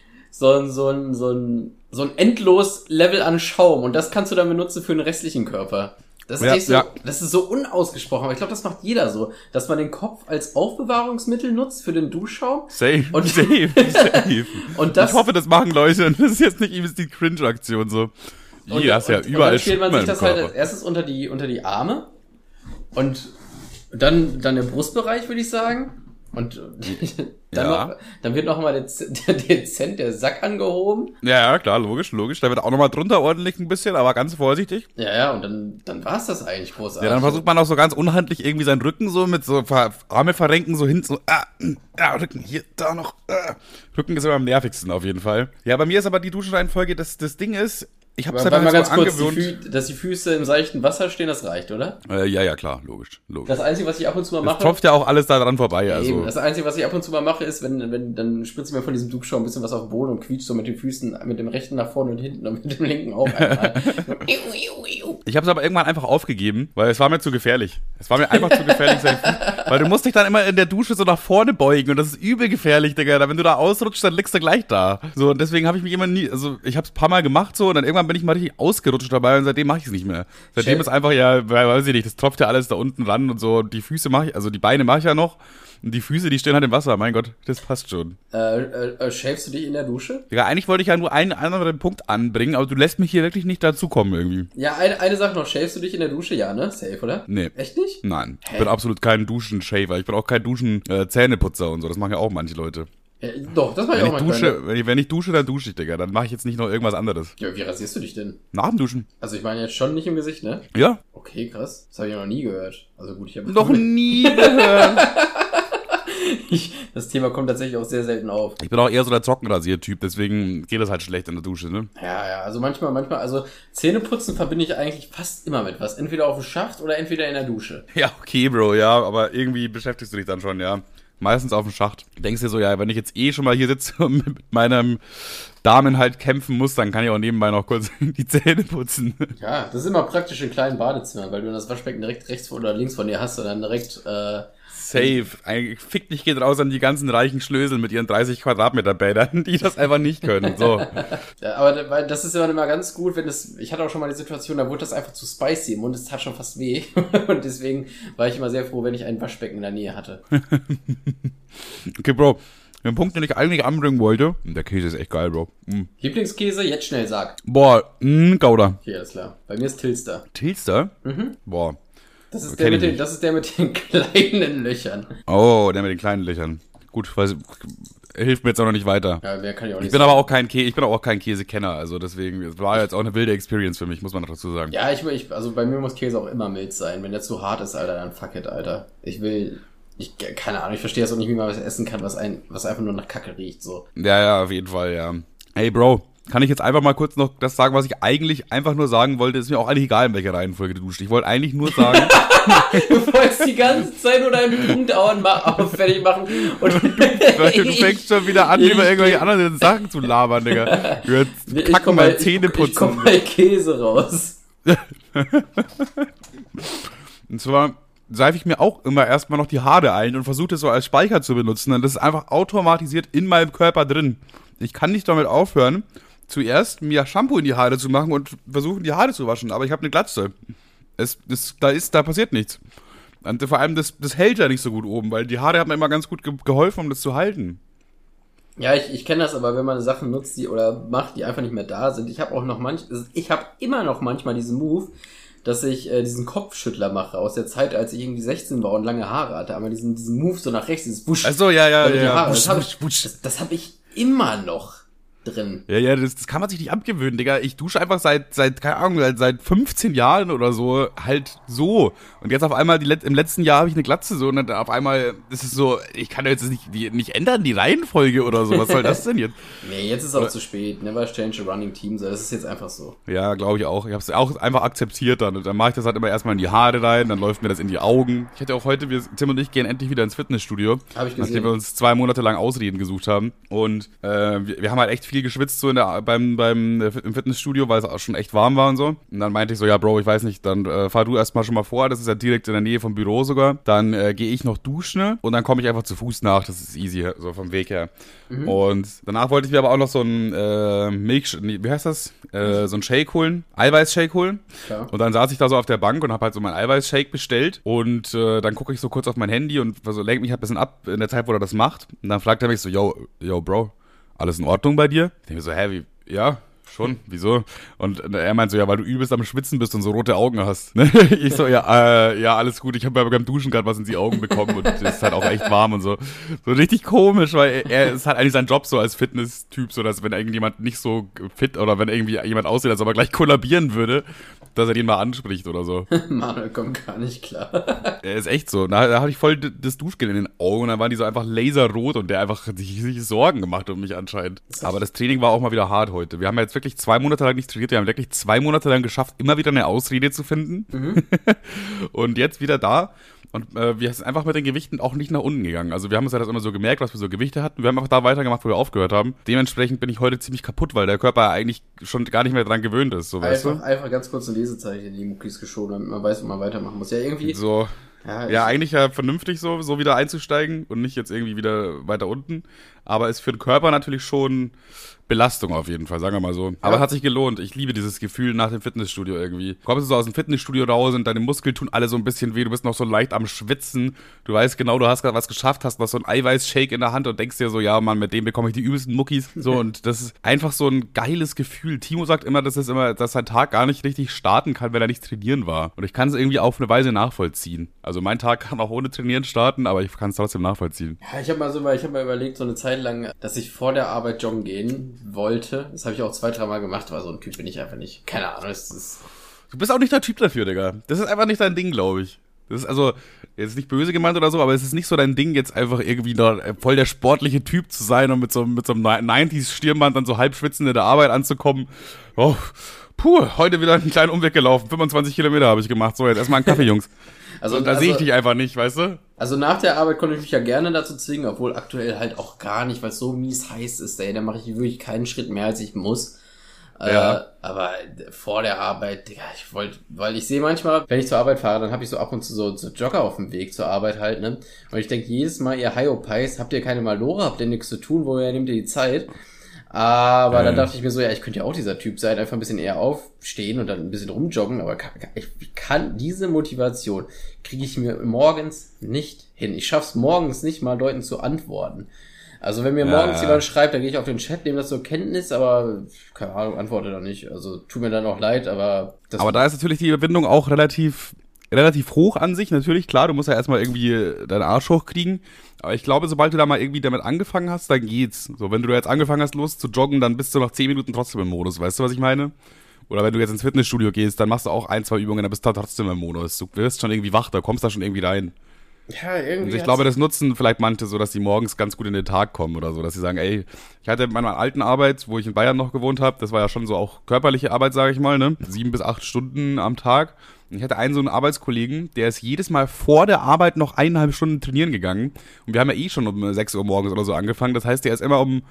ein endlos Level an Schaum und das kannst du dann benutzen für den restlichen Körper. Das ist das ist so unausgesprochen, aber ich glaube, das macht jeder so, dass man den Kopf als Aufbewahrungsmittel nutzt für den Duschschaum. Safe. Und ich hoffe, das machen Leute. Das ist jetzt nicht übelst die Cringe-Aktion so. Hier hast ja überall dann stellt man sich das halt als erstes unter die Arme und dann der Brustbereich, würde ich sagen. Und dann wird noch mal dezent der Sack angehoben. Ja, klar, logisch. Da wird auch noch mal drunter ordentlich ein bisschen, aber ganz vorsichtig. Ja, und dann war's das eigentlich großartig. Ja, dann versucht man auch so ganz unhandlich irgendwie seinen Rücken so mit so Arme verrenken, so hinten, so, Rücken, hier, da noch, Rücken ist immer am nervigsten auf jeden Fall. Ja, bei mir ist aber die Duschenreihenfolge, das Ding ist, ich hab's halt mal ganz kurz angewöhnt. Dass die Füße im seichten Wasser stehen, das reicht, oder? Ja, klar, logisch. Das Einzige, was ich ab und zu mal mache... Es tropft ja auch alles da dran vorbei, also. Eben, das Einzige, was ich ab und zu mal mache, ist, wenn dann spritze ich mir von diesem Duschschaum ein bisschen was auf den Boden und quietscht so mit den Füßen, mit dem rechten nach vorne und hinten und mit dem linken auch einmal. Ich hab's aber irgendwann einfach aufgegeben, weil es war mir zu gefährlich. Es war mir einfach zu gefährlich, weil du musst dich dann immer in der Dusche so nach vorne beugen und das ist übel gefährlich, Digga. Wenn du da ausrutschst, dann liegst du gleich da. So, und deswegen habe ich mich immer ich hab's ein paar Mal gemacht so und dann irgendwann irgendwann bin ich mal richtig ausgerutscht dabei und seitdem mache ich es nicht mehr. Seitdem ist einfach, ja, weiß ich nicht, das tropft ja alles da unten ran und so. Die Füße mache ich, also die Beine mache ich ja noch. Und die Füße, die stehen halt im Wasser. Mein Gott, das passt schon. Shavest du dich in der Dusche? Ja, eigentlich wollte ich ja nur einen anderen Punkt anbringen, aber du lässt mich hier wirklich nicht dazukommen irgendwie. Ja, eine Sache noch. Shavest du dich in der Dusche? Ja, ne? Safe, oder? Nee. Echt nicht? Nein. Ich bin absolut kein Duschen-Shaver. Ich bin auch kein Duschen-Zähneputzer und so. Das machen ja auch manche Leute. Doch, das mache ich auch mal. Wenn ich dusche, dann dusche ich, Digga. Dann mache ich jetzt nicht noch irgendwas anderes. Ja, wie rasierst du dich denn? Nach dem Duschen. Also ich meine jetzt schon nicht im Gesicht, ne? Ja. Okay, krass. Das habe ich noch nie gehört. Also gut, ich habe noch nie gehört. Das Thema kommt tatsächlich auch sehr selten auf. Ich bin auch eher so der Trockenrasier-Typ, deswegen geht das halt schlecht in der Dusche, ne? Ja, also manchmal, also Zähneputzen verbinde ich eigentlich fast immer mit was. Entweder auf dem Schaft oder entweder in der Dusche. Ja, okay, Bro, ja, aber irgendwie beschäftigst du dich dann schon, ja. Meistens auf dem Schacht. Denkst dir so, ja, wenn ich jetzt schon mal hier sitze und mit meinem Damen halt kämpfen muss, dann kann ich auch nebenbei noch kurz die Zähne putzen. Ja, das ist immer praktisch in kleinen Badezimmern, weil du das Waschbecken direkt rechts oder links von dir hast und dann direkt, Safe. Fick dich geht raus an die ganzen reichen Schlösel mit ihren 30 Quadratmeter Bädern, die das einfach nicht können. So. Ja, aber das ist immer ganz gut, ich hatte auch schon mal die Situation, da wurde das einfach zu spicy im Mund, es tat schon fast weh. Und deswegen war ich immer sehr froh, wenn ich ein Waschbecken in der Nähe hatte. Okay, Bro. Den Punkt, den ich eigentlich anbringen wollte, der Käse ist echt geil, Bro. Lieblingskäse, jetzt schnell sag. Boah, Gouda. Okay, alles klar. Bei mir ist Tilster. Tilster? Mhm. Boah. Das ist der mit den kleinen Löchern. Oh, der mit den kleinen Löchern. Gut, hilft mir jetzt auch noch nicht weiter. Ja, mehr kann ich auch nicht Ich bin aber auch kein Käsekenner, also deswegen, es war jetzt auch eine wilde Experience für mich, muss man noch dazu sagen. Ja, also bei mir muss Käse auch immer mild sein. Wenn der zu hart ist, Alter, dann fuck it, Alter. Keine Ahnung, ich verstehe das auch nicht, wie man was essen kann, was einfach nur nach Kacke riecht, so. Ja, auf jeden Fall, ja. Hey, Bro, kann ich jetzt einfach mal kurz noch das sagen, was ich eigentlich einfach nur sagen wollte? Ist mir auch eigentlich egal, in welcher Reihenfolge du duscht. Ich wollte eigentlich nur sagen... Du wolltest die ganze Zeit nur deinen Punkt fertig machen und du fängst schon wieder an, über irgendwelche anderen Sachen zu labern, Digga. Jetzt kacken mal Zähne putzen. Ich komm bei Käse raus. Und zwar seife ich mir auch immer erstmal noch die Haare ein und versuche das so als Speicher zu benutzen. Und das ist einfach automatisiert in meinem Körper drin. Ich kann nicht damit aufhören, zuerst mir Shampoo in die Haare zu machen und versuchen, die Haare zu waschen. Aber ich habe eine Glatze. Da passiert nichts. Und vor allem, das hält ja nicht so gut oben, weil die Haare haben mir immer ganz gut geholfen, um das zu halten. Ja, ich kenne das aber, wenn man Sachen nutzt, die einfach nicht mehr da sind. Ich habe immer noch manchmal diesen Move, dass ich diesen Kopfschüttler mache aus der Zeit, als ich irgendwie 16 war und lange Haare hatte. Aber diesen Move so nach rechts, dieses Wusch. Ach so, ja. Das habe ich immer noch drin. Ja, das kann man sich nicht abgewöhnen, Digga. Ich dusche einfach seit keine Ahnung, seit 15 Jahren oder so halt so. Und jetzt auf einmal, im letzten Jahr habe ich eine Glatze so und dann auf einmal ist es so, ich kann jetzt nicht ändern, die Reihenfolge oder so. Was soll das denn jetzt? Nee, jetzt ist es auch zu spät. Never change a running team. So, das ist jetzt einfach so. Ja, glaube ich auch. Ich habe es auch einfach akzeptiert dann. Und dann mache ich das halt immer erstmal in die Haare rein, dann läuft mir das in die Augen. Ich hätte auch heute, Tim und ich gehen endlich wieder ins Fitnessstudio. Habe ich gesehen. Nachdem wir uns 2 Monate lang Ausreden gesucht haben. Und wir haben halt echt viel geschwitzt so im Fitnessstudio, weil es auch schon echt warm war und so. Und dann meinte ich so, ja Bro, ich weiß nicht, dann fahr du erstmal schon mal vor, das ist ja direkt in der Nähe vom Büro sogar. Dann gehe ich noch duschen und dann komme ich einfach zu Fuß nach, das ist easy, so vom Weg her. Mhm. Und danach wollte ich mir aber auch noch so ein wie heißt das? So ein Shake holen, Eiweiß-Shake holen. Klar. Und dann saß ich da so auf der Bank und habe halt so meinen Eiweiß-Shake bestellt und dann gucke ich so kurz auf mein Handy und so lenkt mich halt ein bisschen ab in der Zeit, wo er das macht. Und dann fragt er mich so, yo Bro, alles in Ordnung bei dir? Ich denke mir so, ja, schon, wieso? Und er meint so, ja, weil du übelst am Schwitzen bist und so rote Augen hast. Ich so, ja, alles gut, ich habe ja beim Duschen gerade was in die Augen bekommen und es ist halt auch echt warm und so. So richtig komisch, weil er ist halt eigentlich sein Job so als Fitness-Typ, so dass wenn irgendjemand nicht so fit oder wenn irgendwie jemand aussieht, als ob er gleich kollabieren würde, dass er den mal anspricht oder so. Manuel kommt gar nicht klar. Er ist echt so. Da hatte ich voll das Duschgel in den Augen und dann waren die so einfach laserrot und der einfach sich Sorgen gemacht um mich anscheinend. Aber das Training war auch mal wieder hart heute. Wir haben ja jetzt wirklich 2 Monate lang nicht trainiert. Wir haben wirklich 2 Monate lang geschafft, immer wieder eine Ausrede zu finden. Mhm. Und jetzt wieder da. Und wir sind einfach mit den Gewichten auch nicht nach unten gegangen. Also wir haben uns ja das immer so gemerkt, was wir so Gewichte hatten. Wir haben einfach da weitergemacht, wo wir aufgehört haben. Dementsprechend bin ich heute ziemlich kaputt, weil der Körper eigentlich schon gar nicht mehr dran gewöhnt ist. So, weißt du? Einfach ganz kurz ein Lesezeichen in die Muckis geschoben, damit man weiß, wo man weitermachen muss. Ja, irgendwie... So... Ja, eigentlich ja vernünftig so wieder einzusteigen und nicht jetzt irgendwie wieder weiter unten. Aber ist für den Körper natürlich schon Belastung auf jeden Fall, sagen wir mal so. Aber es hat sich gelohnt. Ich liebe dieses Gefühl nach dem Fitnessstudio irgendwie. Kommst du so aus dem Fitnessstudio raus und deine Muskeln tun alle so ein bisschen weh. Du bist noch so leicht am Schwitzen. Du weißt genau, du hast gerade was geschafft, hast noch so einen Eiweißshake in der Hand und denkst dir so, ja Mann, mit dem bekomme ich die übelsten Muckis. So, und das ist einfach so ein geiles Gefühl. Timo sagt immer, dass sein Tag gar nicht richtig starten kann, wenn er nicht trainieren war. Und ich kann es irgendwie auf eine Weise nachvollziehen. Also mein Tag kann auch ohne Trainieren starten, aber ich kann es trotzdem nachvollziehen. Ja, ich habe mal überlegt, so eine Zeit lang, dass ich vor der Arbeit joggen gehen wollte. Das habe ich auch 2-3 Mal gemacht, aber so ein Typ bin ich einfach nicht. Keine Ahnung, es ist... Du bist auch nicht der Typ dafür, Digga. Das ist einfach nicht dein Ding, glaube ich. Das ist also, jetzt nicht böse gemeint oder so, aber es ist nicht so dein Ding, jetzt einfach irgendwie voll der sportliche Typ zu sein und mit so einem 90s-Stirnband dann so halb schwitzend in der Arbeit anzukommen. Oh, heute wieder einen kleinen Umweg gelaufen. 25 Kilometer habe ich gemacht. So, jetzt erstmal einen Kaffee, Jungs. Und da sehe ich dich einfach nicht, weißt du? Also nach der Arbeit konnte ich mich ja gerne dazu zwingen, obwohl aktuell halt auch gar nicht, weil es so mies heiß ist, ey, da mache ich wirklich keinen Schritt mehr, als ich muss. Ja. Aber vor der Arbeit, Digga, weil ich sehe manchmal, wenn ich zur Arbeit fahre, dann habe ich so ab und zu so Jogger auf dem Weg zur Arbeit halt, ne? Und ich denke jedes Mal, ihr Hyopies, habt ihr keine Malore, habt ihr nichts zu tun, woher nehmt ihr die Zeit? Aber dann dachte ich mir so, ja, ich könnte ja auch dieser Typ sein, einfach ein bisschen eher aufstehen und dann ein bisschen rumjoggen, aber ich kann diese Motivation kriege ich mir morgens nicht hin. Ich schaff's morgens nicht mal Leuten zu antworten. Also wenn mir morgens jemand schreibt, dann gehe ich auf den Chat, nehme das zur Kenntnis, aber keine Ahnung, antworte da nicht. Also tut mir dann auch leid, aber... Aber da ist natürlich die Überwindung auch relativ hoch an sich. Natürlich, klar, du musst ja erstmal irgendwie deinen Arsch hochkriegen. Aber ich glaube, sobald du da mal irgendwie damit angefangen hast, dann geht's. So, wenn du jetzt angefangen hast, los zu joggen, dann bist du nach 10 Minuten trotzdem im Modus. Weißt du, was ich meine? Oder wenn du jetzt ins Fitnessstudio gehst, dann machst du auch 1-2 Übungen, dann bist du trotzdem im Modus. Du wirst schon irgendwie wach, da kommst da schon irgendwie rein. Ja, irgendwie. Und ich glaube, das nutzen vielleicht manche so, dass die morgens ganz gut in den Tag kommen oder so, dass sie sagen, ey, ich hatte in meiner alten Arbeit, wo ich in Bayern noch gewohnt habe, das war ja schon so auch körperliche Arbeit, sage ich mal, ne? 7 bis 8 Stunden am Tag. Und ich hatte einen so einen Arbeitskollegen, der ist jedes Mal vor der Arbeit noch 1,5 Stunden trainieren gegangen. Und wir haben ja eh schon um 6 Uhr morgens oder so angefangen. Das heißt, der ist immer um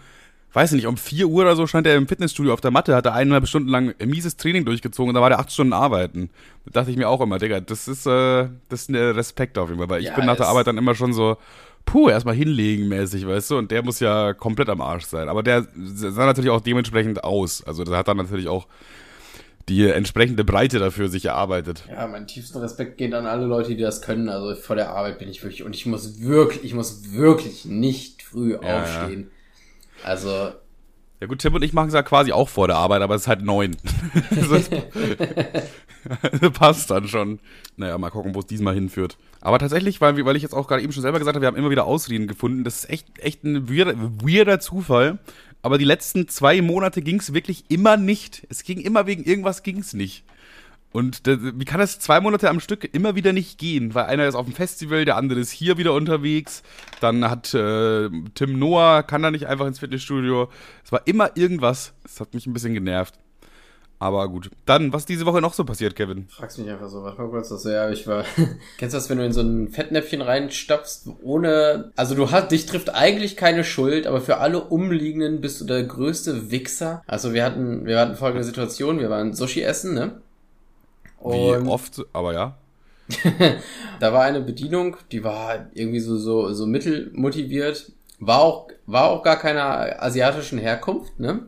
4 Uhr oder so stand er im Fitnessstudio auf der Matte, hat er 1,5 Stunden lang ein mieses Training durchgezogen und da war der 8 Stunden arbeiten. Da dachte ich mir auch immer, Digga, das ist ein Respekt auf jeden Fall, weil ich bin nach der Arbeit dann immer schon so, erstmal hinlegen mäßig, weißt du, und der muss ja komplett am Arsch sein. Aber der sah natürlich auch dementsprechend aus. Also der hat dann natürlich auch die entsprechende Breite dafür sich erarbeitet. Ja, mein tiefsten Respekt geht an alle Leute, die das können. Also vor der Arbeit bin ich wirklich, und ich muss wirklich nicht früh aufstehen. Ja. Also. Ja gut, Tim und ich machen es ja quasi auch vor der Arbeit, aber es ist halt 9. Passt dann schon. Naja, mal gucken, wo es diesmal hinführt. Aber tatsächlich, weil ich jetzt auch gerade eben schon selber gesagt habe, wir haben immer wieder Ausreden gefunden. Das ist echt ein weirder Zufall. Aber die letzten 2 Monate ging es wirklich immer nicht. Es ging immer wegen irgendwas ging's nicht. Und wie kann das 2 Monate am Stück immer wieder nicht gehen? Weil einer ist auf dem Festival, der andere ist hier wieder unterwegs. Dann hat Tim Noah, kann da nicht einfach ins Fitnessstudio. Es war immer irgendwas. Das hat mich ein bisschen genervt. Aber gut. Dann, was ist diese Woche noch so passiert, Kevin? Fragst mich einfach so, warte mal kurz, ich war... Kennst du das, wenn du in so ein Fettnäpfchen reinstopfst, ohne... Also dich trifft eigentlich keine Schuld, aber für alle Umliegenden bist du der größte Wichser. Also wir hatten folgende Situation, wir waren Sushi essen, ne? Und wie oft, aber ja. Da war eine Bedienung, die war irgendwie so mittelmotiviert, war auch gar keiner asiatischen Herkunft, ne?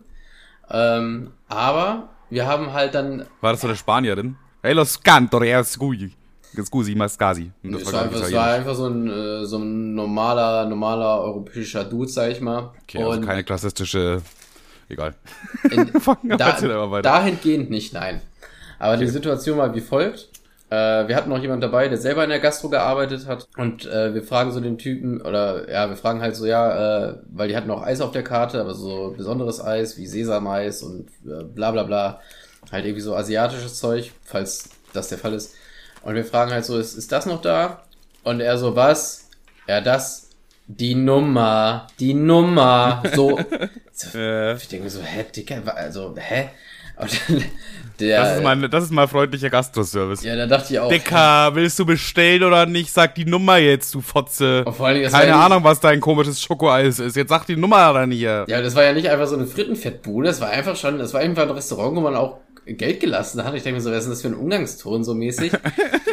Aber wir haben halt dann... War das so eine Spanierin? Hey, los canto, scusi, ma scasi. Das war einfach so ein normaler europäischer Dude, sag ich mal. Okay, also keine klassistische... Egal. Dahingehend nicht, nein. Aber die Situation war wie folgt. Wir hatten noch jemand dabei, der selber in der Gastro gearbeitet hat. Und wir fragen so den Typen, wir fragen halt so, weil die hatten auch Eis auf der Karte, aber so besonderes Eis wie Sesameis und bla bla bla. Halt irgendwie so asiatisches Zeug, falls das der Fall ist. Und wir fragen halt so, ist das noch da? Und er so, was? Ja, die Nummer. So. Ich denke mir so, Dicker, also, Und dann, das ist mal freundlicher Gastroservice. Ja, da dachte ich auch. Dicker, willst du bestellen oder nicht? Sag die Nummer jetzt, du Fotze. Und vor allen Dingen, keine Ahnung, was dein komisches Schokoeis ist. Jetzt sag die Nummer dann hier. Ja, das war ja nicht einfach so eine Frittenfettbude. Das war einfach ein Restaurant, wo man auch Geld gelassen hat. Ich denke mir so, was ist denn das für ein Umgangston so mäßig?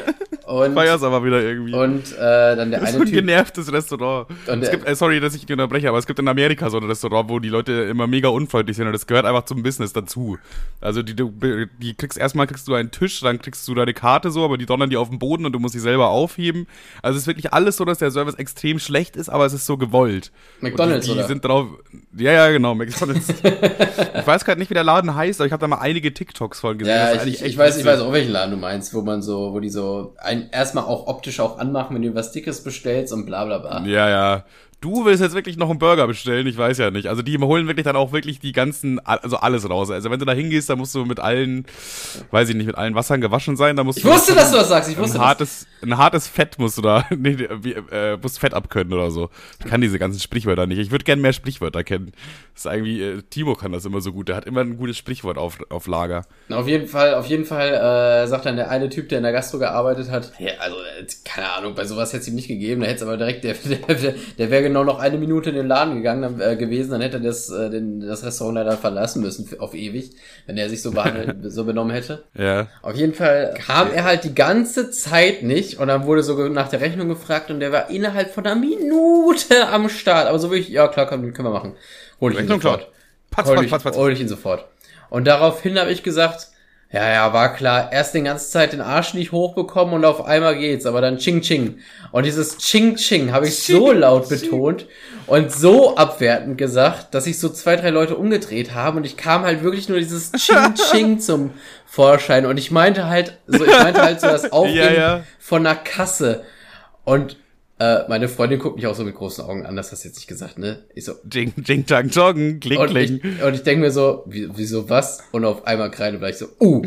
Und feier's aber wieder irgendwie. Und dann der das ist eine so ein Typ. genervtes Restaurant. Und Es gibt, sorry, dass ich dich unterbreche, aber es gibt in Amerika so ein Restaurant, wo die Leute immer mega unfreundlich sind und das gehört einfach zum Business dazu. Also die kriegst du einen Tisch, dann kriegst du deine Karte so, aber die donnern die auf den Boden und du musst sie selber aufheben. Also es ist wirklich alles so, dass der Service extrem schlecht ist, aber es ist so gewollt. McDonald's, die oder? Sind drauf. Ja, genau, McDonald's. Ich weiß gerade nicht, wie der Laden heißt, aber ich habe da mal einige TikToks von gesehen. Ja, ich weiß auch, welchen Laden du meinst, wo die so erstmal auch optisch auch anmachen, wenn du was Dickes bestellst und bla bla bla. Ja. Du willst jetzt wirklich noch einen Burger bestellen? Ich weiß ja nicht. Also die holen wirklich dann auch wirklich die ganzen, also alles raus. Also wenn du da hingehst, dann musst du mit allen, weiß ich nicht, mit allen Wassern gewaschen sein. Da musst ich wusste, dass du das sagst. Ein hartes Fett musst du da, musst Fett abkönnen oder so. Ich kann diese ganzen Sprichwörter nicht. Ich würde gerne mehr Sprichwörter kennen. Das ist irgendwie, Timo kann das immer so gut. Der hat immer ein gutes Sprichwort auf Lager. Auf jeden Fall sagt dann der eine Typ, der in der Gastro gearbeitet hat, ja, also keine Ahnung, bei sowas hätte es ihm nicht gegeben. Da hätte es aber direkt, der wäre genau noch 1 Minute in den Laden gegangen gewesen, dann hätte er das Restaurant leider verlassen müssen auf ewig, wenn er sich so benommen hätte. Ja. Auf jeden Fall kam er halt die ganze Zeit nicht und dann wurde so nach der Rechnung gefragt und der war innerhalb von 1 Minute am Start. Aber so wirklich, ja klar, können wir machen. Hol ich ihn sofort. Hol ich ihn sofort. Und daraufhin habe ich gesagt, ja, war klar. Erst die ganze Zeit den Arsch nicht hochbekommen und auf einmal geht's, aber dann Ching Ching. Und dieses Ching Ching habe ich so laut betont und so abwertend gesagt, dass sich so 2, 3 Leute umgedreht haben und ich kam halt wirklich nur dieses Ching Ching zum Vorschein und ich meinte halt so das Aufgehen von einer Kasse. Und meine Freundin guckt mich auch so mit großen Augen an, das hast du jetzt nicht gesagt, ne? Ich so, Jing, jing, tang, tong, kling, kling. Und ich denke mir so, wieso was? Und auf einmal kreide ich so,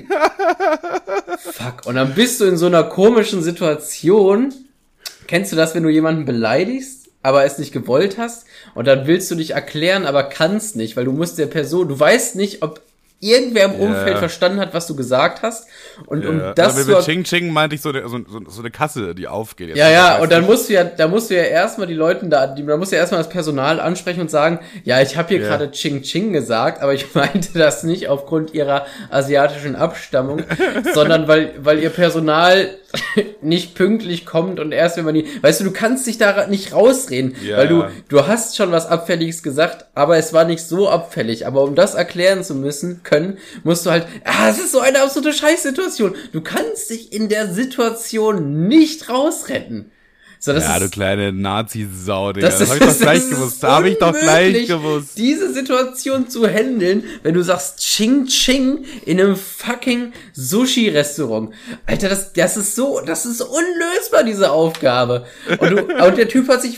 fuck. Und dann bist du in so einer komischen Situation. Kennst du das, wenn du jemanden beleidigst, aber es nicht gewollt hast? Und dann willst du dich erklären, aber kannst nicht, weil du weißt nicht, ob irgendwer im Umfeld verstanden hat, was du gesagt hast. Und um das also mit Ching Ching meinte ich so eine Kasse, die aufgeht. Jetzt und dann musst du ja erstmal die Leute da musst du ja erstmal das Personal ansprechen und sagen, ja, ich habe hier gerade Ching Ching gesagt, aber ich meinte das nicht aufgrund ihrer asiatischen Abstammung, sondern weil ihr Personal nicht pünktlich kommt und erst wenn man weißt du kannst dich da nicht rausreden, weil du hast schon was Abfälliges gesagt, aber es war nicht so abfällig, aber um das erklären zu können, musst du halt, es ist so eine absolute Scheißsituation. Du kannst dich in der Situation nicht rausretten. So, das du kleine Nazi-Sau, Digga. Das hab ich doch gleich gewusst. Diese Situation zu handeln, wenn du sagst Ching Ching in einem fucking Sushi-Restaurant. Alter, das ist unlösbar, diese Aufgabe. Und der Typ hat sich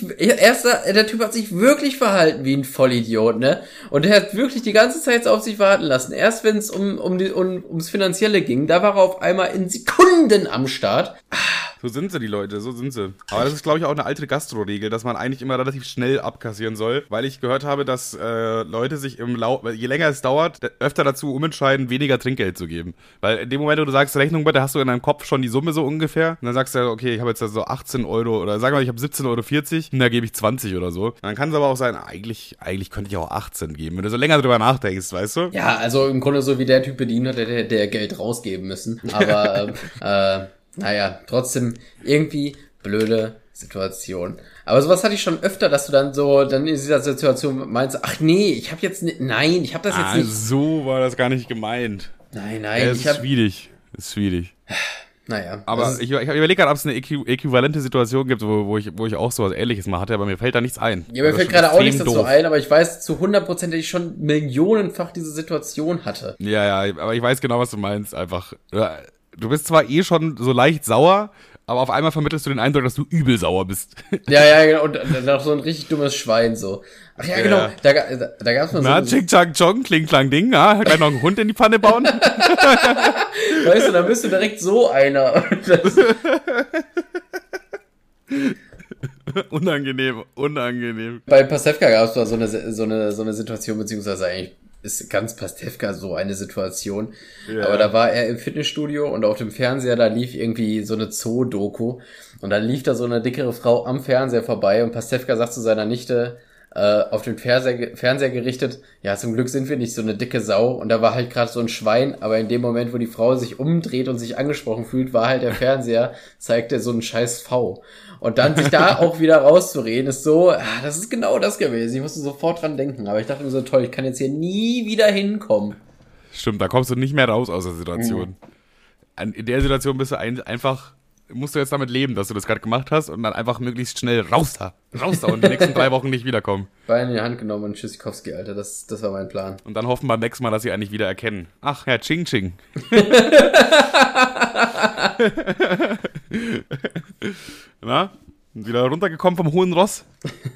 wirklich verhalten wie ein Vollidiot, ne? Und er hat wirklich die ganze Zeit auf sich warten lassen. Erst wenn es ums Finanzielle ging, da war er auf einmal in Sekunden am Start. So sind sie, die Leute, so sind sie. Aber das ist, glaube ich, auch eine alte Gastro-Regel, dass man eigentlich immer relativ schnell abkassieren soll, weil ich gehört habe, dass Leute sich je länger es dauert, öfter dazu umentscheiden, weniger Trinkgeld zu geben. Weil in dem Moment, wo du sagst, Rechnung bitte, hast du in deinem Kopf schon die Summe so ungefähr. Und dann sagst du, okay, ich habe jetzt so 18 Euro oder sag mal, ich habe 17,40 Euro und da gebe ich 20 oder so. Dann kann es aber auch sein, eigentlich könnte ich auch 18 geben, wenn du so länger drüber nachdenkst, weißt du? Ja, also im Grunde so wie der Typ bedient hat, der Geld rausgeben müssen. Aber naja, trotzdem irgendwie blöde Situation. Aber sowas hatte ich schon öfter, dass du dann in dieser Situation meinst, ach nee, ich habe das jetzt nicht. So war das gar nicht gemeint. Nein. Es ist schwierig. Naja. Aber ich überlege gerade, ob es eine äquivalente Situation gibt, wo ich auch sowas Ähnliches mal hatte, aber mir fällt da nichts ein. Ja, mir fällt gerade auch nichts dazu ein, aber ich weiß zu 100%, dass ich schon millionenfach diese Situation hatte. Ja, aber ich weiß genau, was du meinst, einfach. Du bist zwar schon so leicht sauer, aber auf einmal vermittelst du den Eindruck, dass du übel sauer bist. Ja, genau. Und dann auch so ein richtig dummes Schwein, so. Ach ja, genau. Da gab's mal so. Ching, chang, chong, kling, klang, ding, gleich noch einen Hund in die Pfanne bauen. Weißt du, dann bist du direkt so einer. Unangenehm. Bei Pastewka gab's da so eine Situation, beziehungsweise eigentlich ist ganz Pastewka so eine Situation. Ja. Aber da war er im Fitnessstudio und auf dem Fernseher, da lief irgendwie so eine Zoo-Doku. Und dann lief da so eine dickere Frau am Fernseher vorbei und Pastewka sagt zu seiner Nichte, auf den Fernseher gerichtet. Ja, zum Glück sind wir nicht so eine dicke Sau. Und da war halt gerade so ein Schwein, aber in dem Moment, wo die Frau sich umdreht und sich angesprochen fühlt, war halt der Fernseher, zeigte so einen scheiß V. Und dann sich da auch wieder rauszureden, ist so, das ist genau das gewesen. Ich musste sofort dran denken. Aber ich dachte mir so, toll, ich kann jetzt hier nie wieder hinkommen. Stimmt, da kommst du nicht mehr raus aus der Situation. In der Situation bist du einfach, musst du jetzt damit leben, dass du das gerade gemacht hast und dann einfach möglichst schnell raus da und die nächsten 3 Wochen nicht wiederkommen. Bein in die Hand genommen und Tschüssikowski, Alter, das war mein Plan. Und dann hoffen beim nächsten Mal, dass sie eigentlich wieder erkennen. Ach, Herr Ching Ching. Na, wieder runtergekommen vom hohen Ross.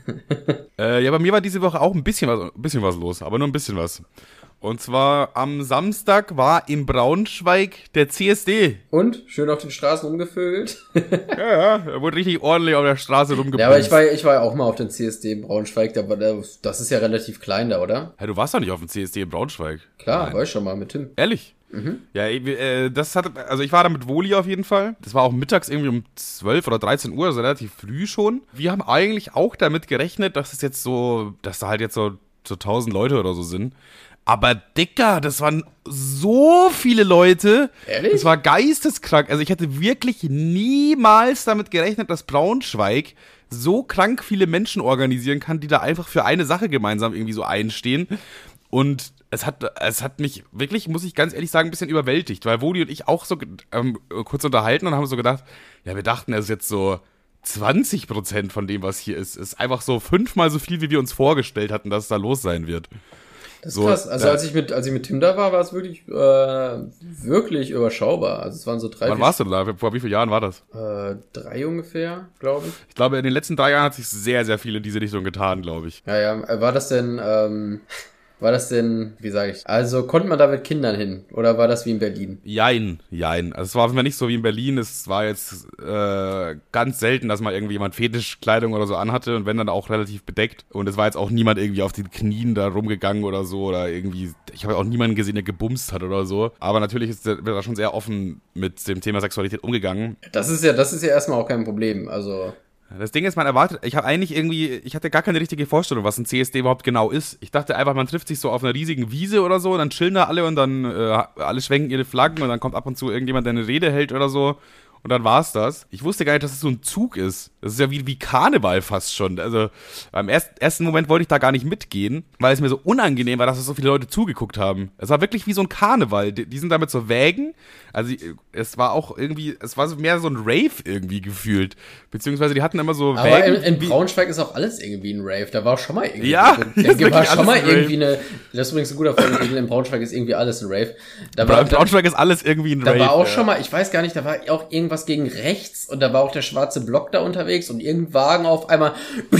Ja, bei mir war diese Woche auch ein bisschen was los, aber nur ein bisschen was. Und zwar am Samstag war in Braunschweig der CSD. Und? Schön auf den Straßen rumgevögelt? Ja, er wurde richtig ordentlich auf der Straße rumgepumpt. Ja, aber ich war ja auch mal auf den CSD in Braunschweig, das ist ja relativ klein da, oder? Ja, du warst doch nicht auf dem CSD in Braunschweig. Klar, war ich schon mal mit Tim. Ehrlich? Mhm. Ja, also ich war da mit Woli auf jeden Fall. Das war auch mittags irgendwie um 12 oder 13 Uhr, also relativ früh schon. Wir haben eigentlich auch damit gerechnet, dass da halt jetzt so 1000 Leute oder so sind. Aber Dicker, das waren so viele Leute. Ehrlich? Das war geisteskrank. Also ich hätte wirklich niemals damit gerechnet, dass Braunschweig so krank viele Menschen organisieren kann, die da einfach für eine Sache gemeinsam irgendwie so einstehen. Und es hat mich wirklich, muss ich ganz ehrlich sagen, ein bisschen überwältigt, weil Wodi und ich auch so kurz unterhalten und haben so gedacht, ja, wir dachten, es ist jetzt so 20% von dem, was hier ist. Es ist einfach so 5-mal so viel, wie wir uns vorgestellt hatten, dass es da los sein wird. Das ist krass. Also als ich mit Tim da war es wirklich überschaubar. Also es waren so 3. Wann warst du da? Vor wie vielen Jahren war das? 3 ungefähr, glaube ich. Ich glaube, in den letzten 3 Jahren hat sich sehr, sehr viel in diese Richtung getan, glaube ich. Ja. War das denn, wie sage ich, also konnte man da mit Kindern hin? Oder war das wie in Berlin? Jein. Also es war auf jeden Fall nicht so wie in Berlin. Es war jetzt ganz selten, dass mal irgendwie jemand Fetischkleidung oder so anhatte und wenn dann auch relativ bedeckt. Und es war jetzt auch niemand irgendwie auf den Knien da rumgegangen oder so oder irgendwie, ich habe auch niemanden gesehen, der gebumst hat oder so. Aber natürlich wird da schon sehr offen mit dem Thema Sexualität umgegangen. Das ist ja erstmal auch kein Problem, also... Das Ding ist, ich hatte gar keine richtige Vorstellung, was ein CSD überhaupt genau ist. Ich dachte einfach, man trifft sich so auf einer riesigen Wiese oder so, dann chillen da alle und dann alle schwenken ihre Flaggen und dann kommt ab und zu irgendjemand, der eine Rede hält oder so. Und dann war's das. Ich wusste gar nicht, dass es so ein Zug ist. Das ist ja wie Karneval fast schon. Also im ersten Moment wollte ich da gar nicht mitgehen, weil es mir so unangenehm war, dass so viele Leute zugeguckt haben. Es war wirklich wie so ein Karneval. Die sind da mit so Wägen. Also es war so mehr so ein Rave irgendwie gefühlt. Beziehungsweise die hatten immer so aber Wägen. Aber in Braunschweig ist auch alles irgendwie ein Rave. Da war auch schon mal irgendwie... Ja, da war schon mal irgendwie eine... Das ist übrigens ein guter Folge. In Braunschweig ist irgendwie alles ein Rave. In Braunschweig ist alles irgendwie ein Rave. Da war auch schon mal, ich weiß gar nicht, da war auch irgendwas gegen rechts und da war auch der schwarze Block da unterwegs und irgendein Wagen auf einmal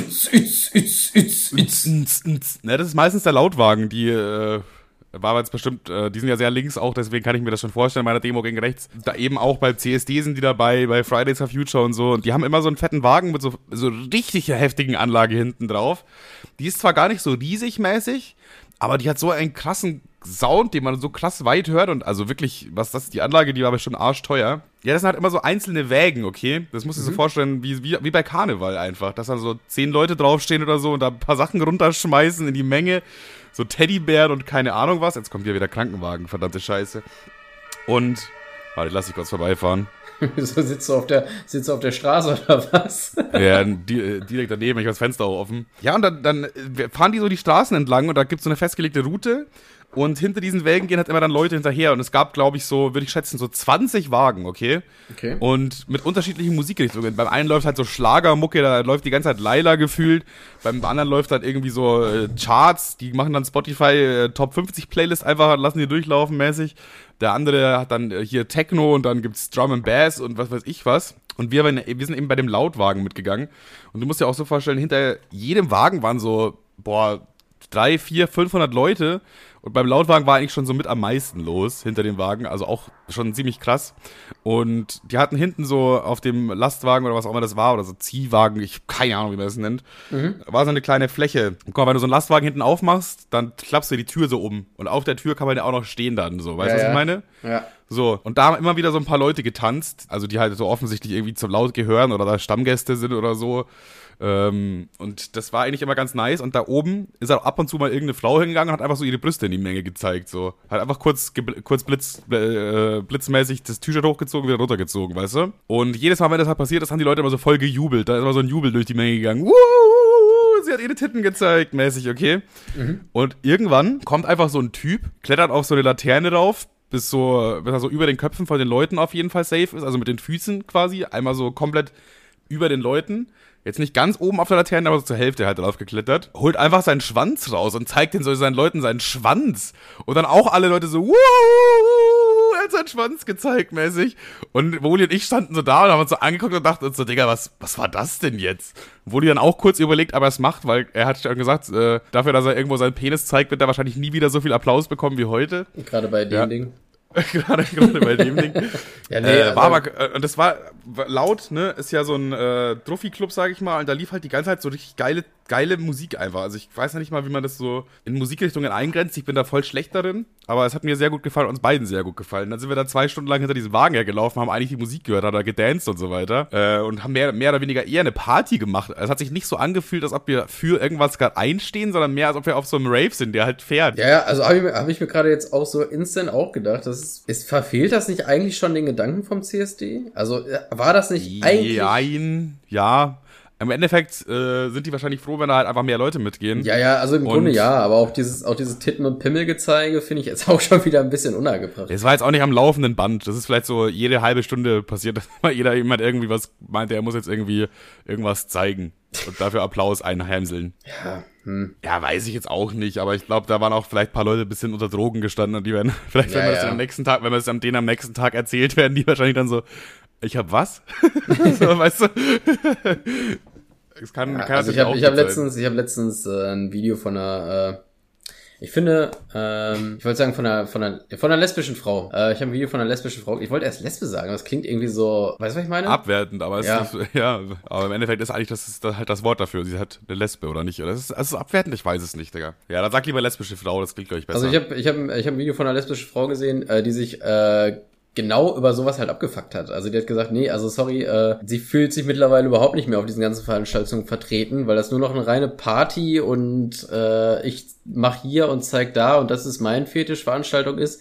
Ne, das ist meistens der Lautwagen, die war jetzt bestimmt, die sind ja sehr links auch, deswegen kann ich mir das schon vorstellen, bei einer Demo gegen rechts. Da eben auch bei CSD sind die dabei, bei Fridays for Future und so und die haben immer so einen fetten Wagen mit so richtig heftigen Anlage hinten drauf. Die ist zwar gar nicht so riesig mäßig, aber die hat so einen krassen Sound, den man so krass weit hört und also wirklich, die Anlage, die war bestimmt arschteuer. Ja, das sind halt immer so einzelne Wägen, okay? Das musst du dir so vorstellen, wie bei Karneval einfach, dass dann so 10 Leute draufstehen oder so und da ein paar Sachen runterschmeißen in die Menge, so Teddybären und keine Ahnung was. Jetzt kommt hier wieder Krankenwagen, verdammte Scheiße. Und, warte, lass ich kurz vorbeifahren. So sitzt du auf der Straße oder was? Ja, direkt daneben, ich habe das Fenster auch offen. Ja, und dann fahren die so die Straßen entlang und da gibt's so eine festgelegte Route. Und hinter diesen Wägen gehen halt immer dann Leute hinterher. Und es gab, glaube ich, so, würde ich schätzen, so 20 Wagen, okay? Und mit unterschiedlichen Musikrichtungen. Beim einen läuft halt so Schlagermucke, da läuft die ganze Zeit Laila gefühlt. Beim anderen läuft halt irgendwie so Charts, die machen dann Spotify Top 50 Playlist einfach, lassen die durchlaufen mäßig. Der andere hat dann hier Techno und dann gibt's Drum and Bass und was weiß ich was. Und wir sind eben bei dem Lautwagen mitgegangen. Und du musst dir auch so vorstellen, hinter jedem Wagen waren so, 300, 400, 500 Leute und beim Lautwagen war eigentlich schon so mit am meisten los hinter dem Wagen, also auch schon ziemlich krass und die hatten hinten so auf dem Lastwagen oder was auch immer das war oder so Ziehwagen, ich habe keine Ahnung, wie man das nennt, war so eine kleine Fläche. Guck mal, wenn du so einen Lastwagen hinten aufmachst, dann klappst du die Tür so um und auf der Tür kann man ja auch noch stehen dann so, weißt du, was ich meine? Ja. So, und da haben immer wieder so ein paar Leute getanzt, also die halt so offensichtlich irgendwie zum Laut gehören oder da Stammgäste sind oder so. Und das war eigentlich immer ganz nice. Und da oben ist auch ab und zu mal irgendeine Frau hingegangen und hat einfach so ihre Brüste in die Menge gezeigt. So. Hat einfach kurz blitzmäßig das T-Shirt hochgezogen, wieder runtergezogen, weißt du? Und jedes Mal, wenn das halt passiert ist, haben die Leute immer so voll gejubelt. Da ist immer so ein Jubel durch die Menge gegangen. Wuhu, sie hat ihre Titten gezeigt, mäßig, okay? Und irgendwann kommt einfach so ein Typ, klettert auf so eine Laterne rauf, bis er so über den Köpfen von den Leuten auf jeden Fall safe ist, also mit den Füßen quasi, einmal so komplett über den Leuten. Jetzt nicht ganz oben auf der Laterne, aber so zur Hälfte halt drauf geklettert. Holt einfach seinen Schwanz raus und zeigt seinen Leuten seinen Schwanz. Und dann auch alle Leute so, wuhu, er hat seinen Schwanz gezeigt, mäßig. Und Woli und ich standen so da und haben uns so angeguckt und dachten uns so, Digga, was war das denn jetzt? Woli dann auch kurz überlegt, aber er es macht, weil er hat schon gesagt, dafür, dass er irgendwo seinen Penis zeigt, wird er wahrscheinlich nie wieder so viel Applaus bekommen wie heute. Gerade bei dem Ding. Gerade bei dem Ding. Ja, nee, und das war laut, ne, ist ja so ein Druffi-Club, sag ich mal, und da lief halt die ganze Zeit so richtig geile Musik einfach. Also ich weiß ja nicht mal, wie man das so in Musikrichtungen eingrenzt. Ich bin da voll schlecht darin, aber es hat mir sehr gut gefallen, uns beiden sehr gut gefallen. Dann sind wir da 2 Stunden lang hinter diesem Wagen hergelaufen, haben eigentlich die Musik gehört, haben da gedanced und so weiter und haben mehr oder weniger eher eine Party gemacht. Es hat sich nicht so angefühlt, als ob wir für irgendwas gerade einstehen, sondern mehr, als ob wir auf so einem Rave sind, der halt fährt. Ja, also hab ich mir gerade jetzt auch so instant auch gedacht, verfehlt das nicht eigentlich schon den Gedanken vom CSD? Also war das nicht eigentlich... Ja. Im Endeffekt sind die wahrscheinlich froh, wenn da halt einfach mehr Leute mitgehen. Ja, also im Grunde ja, aber auch dieses Titten- und Pimmelgezeige finde ich jetzt auch schon wieder ein bisschen unangebracht. Es war jetzt auch nicht am laufenden Band. Das ist vielleicht so jede halbe Stunde passiert, dass mal jemand irgendwie was meinte, er muss jetzt irgendwie irgendwas zeigen und dafür Applaus einheimseln. Ja, Ja, weiß ich jetzt auch nicht, aber ich glaube, da waren auch vielleicht ein paar Leute ein bisschen unter Drogen gestanden und die werden, vielleicht wenn wir das am nächsten Tag, wenn wir es denen am nächsten Tag erzählt werden, die wahrscheinlich dann so, ich hab was? So, weißt du? Es kann also ich habe letztens ein Video von einer, ich wollte sagen von einer lesbischen Frau. Ich habe ein Video von einer lesbischen Frau. Ich wollte erst Lesbe sagen, aber das klingt irgendwie so, weißt du, was ich meine? Abwertend, aber aber im Endeffekt ist eigentlich das halt das Wort dafür. Sie hat eine Lesbe oder nicht? Oder das ist abwertend, ich weiß es nicht, Digga. Ja, dann sag lieber lesbische Frau, das klingt, glaube ich, besser. Also ich hab ein Video von einer lesbischen Frau gesehen, die sich genau über sowas halt abgefuckt hat. Also die hat gesagt, nee, also sorry, sie fühlt sich mittlerweile überhaupt nicht mehr auf diesen ganzen Veranstaltungen vertreten, weil das nur noch eine reine Party und ich mach hier und zeig da und das ist mein Fetischveranstaltung ist.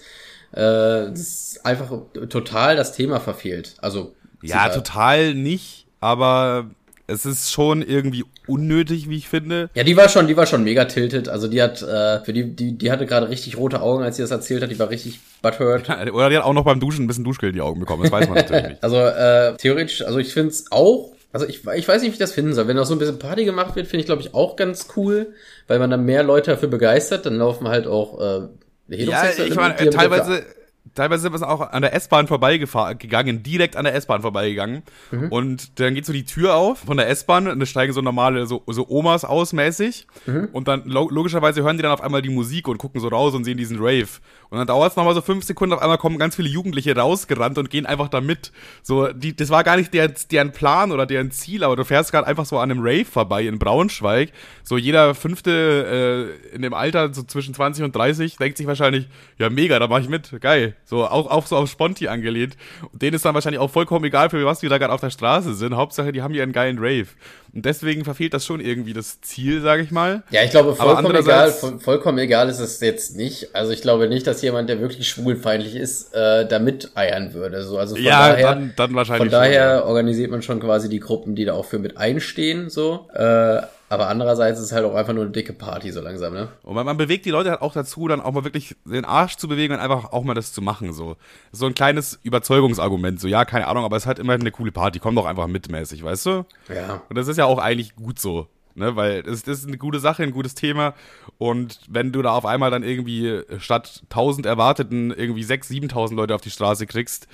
Das ist einfach total das Thema verfehlt. Also ja, total nicht, aber es ist schon irgendwie unnötig, wie ich finde. Ja, die war schon mega tilted. Also die hat, die hatte gerade richtig rote Augen, als sie das erzählt hat. Die war richtig butthurt. Oder die hat auch noch beim Duschen ein bisschen Duschgel in die Augen bekommen. Das weiß man natürlich nicht. Also theoretisch, also ich finde es auch, also ich weiß nicht, wie ich das finden soll. Wenn auch so ein bisschen Party gemacht wird, finde ich, glaube ich, auch ganz cool, weil man dann mehr Leute dafür begeistert. Dann laufen halt auch Heterosexuelle. Ja, ich meine, teilweise sind wir auch an der S-Bahn vorbeigegangen, direkt an der S-Bahn vorbeigegangen. Und dann geht so die Tür auf von der S-Bahn und da steigen so normale, so Omas aus mäßig. Und dann logischerweise hören die dann auf einmal die Musik und gucken so raus und sehen diesen Rave. Und dann dauert es nochmal so 5 Sekunden, auf einmal kommen ganz viele Jugendliche rausgerannt und gehen einfach da mit. So, das war gar nicht deren Plan oder deren Ziel, aber du fährst gerade einfach so an einem Rave vorbei in Braunschweig. So jeder Fünfte in dem Alter, so zwischen 20 und 30, denkt sich wahrscheinlich, ja mega, da mach ich mit, geil. So, auch so auf Sponti angelehnt. Und denen ist dann wahrscheinlich auch vollkommen egal, für was die da gerade auf der Straße sind. Hauptsache, die haben hier einen geilen Rave. Und deswegen verfehlt das schon irgendwie das Ziel, sage ich mal. Ja, ich glaube, vollkommen egal ist es jetzt nicht. Also ich glaube nicht, dass jemand, der wirklich schwulfeindlich ist, da miteiern würde. So, also dann wahrscheinlich. Von daher organisiert man schon quasi die Gruppen, die da auch für mit einstehen, so. Aber andererseits ist es halt auch einfach nur eine dicke Party so langsam, ne? Und man bewegt die Leute halt auch dazu, dann auch mal wirklich den Arsch zu bewegen und einfach auch mal das zu machen, so. Das ist so ein kleines Überzeugungsargument, so, ja, keine Ahnung, aber es ist halt immerhin eine coole Party, komm doch einfach mitmäßig, weißt du? Ja. Und das ist ja auch eigentlich gut so, ne, weil das ist eine gute Sache, ein gutes Thema und wenn du da auf einmal dann irgendwie statt 1000 erwarteten irgendwie 6.000, 7.000 Leute auf die Straße kriegst,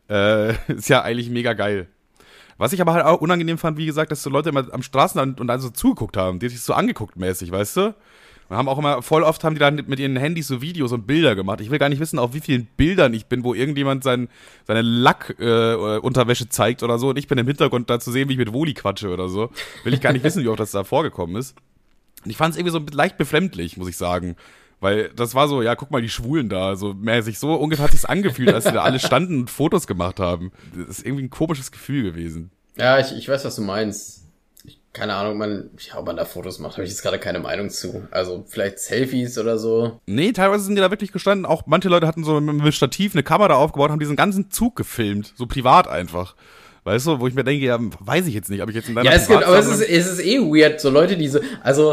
ist ja eigentlich mega geil. Was ich aber halt auch unangenehm fand, wie gesagt, dass so Leute immer am Straßenrand und dann so zugeguckt haben, die sich so angeguckt mäßig, weißt du? Und haben auch immer, voll oft haben die dann mit ihren Handys so Videos und Bilder gemacht. Ich will gar nicht wissen, auf wie vielen Bildern ich bin, wo irgendjemand seine Lack-Unterwäsche zeigt oder so und ich bin im Hintergrund da zu sehen, wie ich mit Woli quatsche oder so. Will ich gar nicht wissen, wie oft das da vorgekommen ist. Und ich fand es irgendwie so leicht befremdlich, muss ich sagen. Weil das war so, ja, guck mal, die Schwulen da, so mäßig, so ungefähr hat sich's angefühlt, als sie da alle standen und Fotos gemacht haben. Das ist irgendwie ein komisches Gefühl gewesen. Ja, ich weiß, was du meinst. Keine Ahnung, ob man da Fotos macht, habe ich jetzt gerade keine Meinung zu. Also vielleicht Selfies oder so. Nee, teilweise sind die da wirklich gestanden. Auch manche Leute hatten so mit einem Stativ eine Kamera aufgebaut, haben diesen ganzen Zug gefilmt, so privat einfach. Weißt du, wo ich mir denke, ja, weiß ich jetzt nicht, ob ich jetzt in deiner aber es ist eh weird, so Leute, die so, also,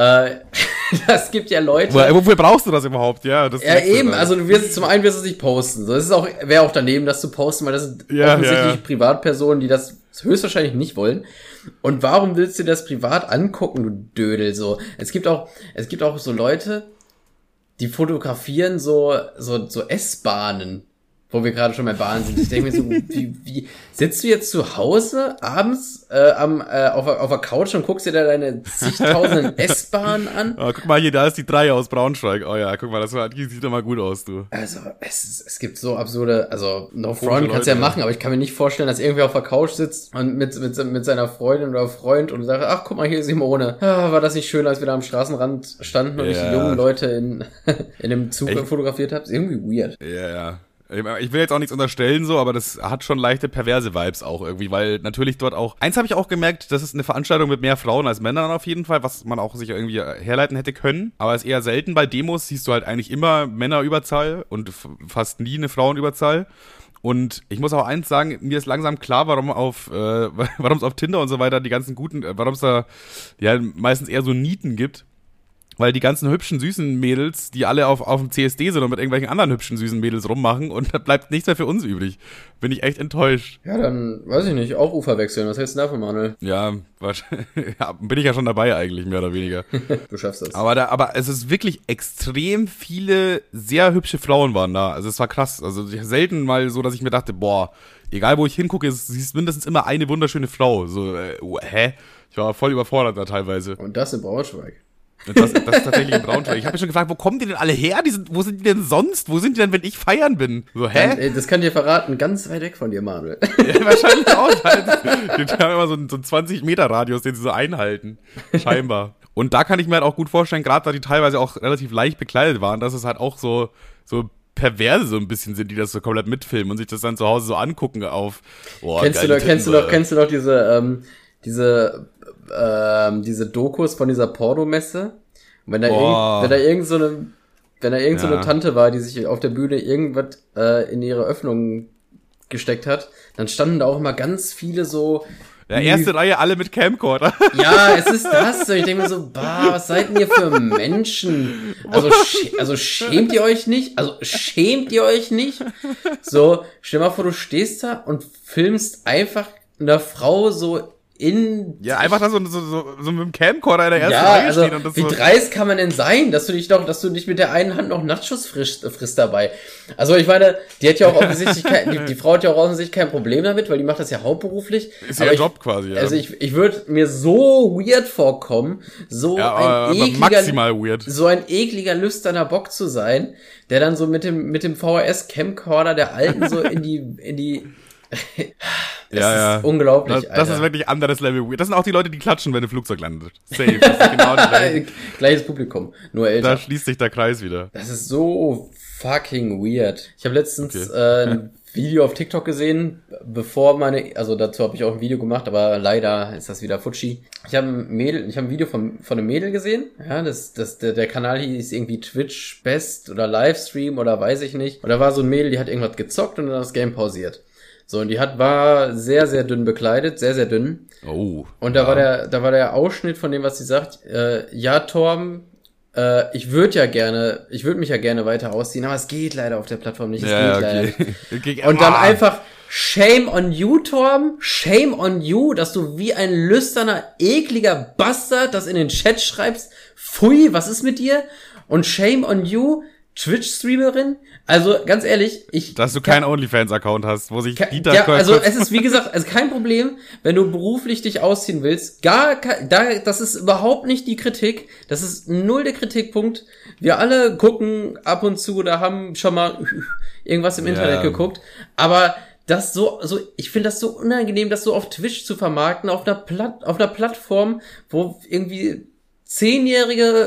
das gibt ja Leute. Wofür brauchst du das überhaupt? Ja, das ja eben, dann. Also zum einen wirst du es nicht posten. So, es ist wäre auch daneben, das zu posten, weil das sind offensichtlich Privatpersonen, die das höchstwahrscheinlich nicht wollen. Und warum willst du das privat angucken, du Dödel, so? Es gibt auch so Leute, die fotografieren so S-Bahnen, wo wir gerade schon bei Bahnen sind. Ich denke mir so, wie sitzt du jetzt zu Hause abends auf der Couch und guckst dir da deine zigtausenden S-Bahnen an? Oh, guck mal hier, da ist die 3 aus Braunschweig. Oh ja, guck mal, die sieht doch mal gut aus, du. Also, es gibt so absurde, also no front kannst ja machen, aber ich kann mir nicht vorstellen, dass irgendwer auf der Couch sitzt und mit seiner Freundin oder Freund und sagt, ach, guck mal, hier ist Simone. War das nicht schön, als wir da am Straßenrand standen und ich die jungen Leute in dem Zug fotografiert habe? Ist irgendwie weird. Ja. Ich will jetzt auch nichts unterstellen so, aber das hat schon leichte perverse Vibes auch irgendwie, weil natürlich dort auch, eins habe ich auch gemerkt, das ist eine Veranstaltung mit mehr Frauen als Männern auf jeden Fall, was man auch sich irgendwie herleiten hätte können, aber es ist eher selten. Bei Demos siehst du halt eigentlich immer Männerüberzahl und fast nie eine Frauenüberzahl. Und ich muss auch eins sagen, mir ist langsam klar, warum es auf Tinder und so weiter die ganzen guten, warum es da ja meistens eher so Nieten gibt. Weil die ganzen hübschen, süßen Mädels, die alle auf dem CSD sind und mit irgendwelchen anderen hübschen, süßen Mädels rummachen und da bleibt nichts mehr für uns übrig. Bin ich echt enttäuscht. Ja, dann, weiß ich nicht, auch Ufer wechseln. Was hältst du davon, Manuel? Ja, bin ich ja schon dabei eigentlich, mehr oder weniger. Du schaffst das. Aber es ist wirklich extrem viele sehr hübsche Frauen waren da. Also es war krass. Also selten mal so, dass ich mir dachte, boah, egal wo ich hingucke, siehst mindestens immer eine wunderschöne Frau. So, hä? Ich war voll überfordert da teilweise. Und das in Braunschweig. Das ist tatsächlich in Braunschweig. Ich habe mich schon gefragt, wo kommen die denn alle her? Wo sind die denn sonst? Wo sind die denn, wenn ich feiern bin? So, hä? Das kann dir verraten, ganz weit weg von dir, Manuel. Ja, wahrscheinlich auch. Die haben immer so einen 20-Meter-Radius, den sie so einhalten. Scheinbar. Und da kann ich mir halt auch gut vorstellen, gerade da die teilweise auch relativ leicht bekleidet waren, dass es halt auch so Perverse so ein bisschen sind, die das so komplett mitfilmen und sich das dann zu Hause so angucken auf. Oh, kennst du doch diese Dokus von dieser Pornomesse? Und wenn da irgend so eine Tante war, die sich auf der Bühne irgendwas in ihre Öffnung gesteckt hat, dann standen da auch immer ganz viele so. Ja, erste Reihe alle mit Camcorder. Ja, es ist das. Ich denke mir so, was seid denn ihr für Menschen? Also schämt ihr euch nicht? So, stell mal vor, du stehst da und filmst einfach einer Frau so ja, einfach da so mit dem Camcorder in der ersten Reihe stehen. Und das wie dreist kann man denn sein, dass du dich mit der einen Hand noch Nachtschuss frisst dabei? Also ich meine, die hat ja auch offensichtlich die Frau hat ja auch offensichtlich kein Problem damit, weil die macht das ja hauptberuflich. Ist ihr Job quasi, ja. Also ich würde mir so weird vorkommen, maximal weird. So ein ekliger, lüsterner Bock zu sein, der dann so mit dem VHS-Camcorder der Alten so in die Das ist unglaublich, Das ist wirklich anderes Level weird. Das sind auch die Leute, die klatschen, wenn ein Flugzeug landet. Safe. Das ist genau gleiches Publikum, nur älter. Da schließt sich der Kreis wieder. Das ist so fucking weird. Ich habe letztens ein Video auf TikTok gesehen, dazu habe ich auch ein Video gemacht, aber leider ist das wieder Futschi. Ich habe ein Video von einem Mädel gesehen. Ja, der Kanal hieß irgendwie Twitch Best oder Livestream oder weiß ich nicht. Und da war so ein Mädel, die hat irgendwas gezockt und dann das Game pausiert. So, und die war sehr, sehr dünn bekleidet, sehr, sehr dünn. Oh. Und da war der Ausschnitt von dem, was sie sagt, ja, Torben, ich würde mich ja gerne weiter ausziehen, aber es geht leider auf der Plattform nicht, leider nicht. Und dann einfach, shame on you, Torben, shame on you, dass du wie ein lüsterner, ekliger Bastard das in den Chat schreibst, pfui, was ist mit dir? Und shame on you, Twitch-Streamerin? Also, ganz ehrlich, dass du keinen OnlyFans-Account hast, wo sich Dieter... Ja, also es ist, wie gesagt, kein Problem, wenn du beruflich dich ausziehen willst. Das ist überhaupt nicht die Kritik. Das ist null der Kritikpunkt. Wir alle gucken ab und zu oder haben schon mal irgendwas im Internet geguckt. Aber das ich finde das so unangenehm, das so auf Twitch zu vermarkten, auf einer Plattform, wo irgendwie 10-jährige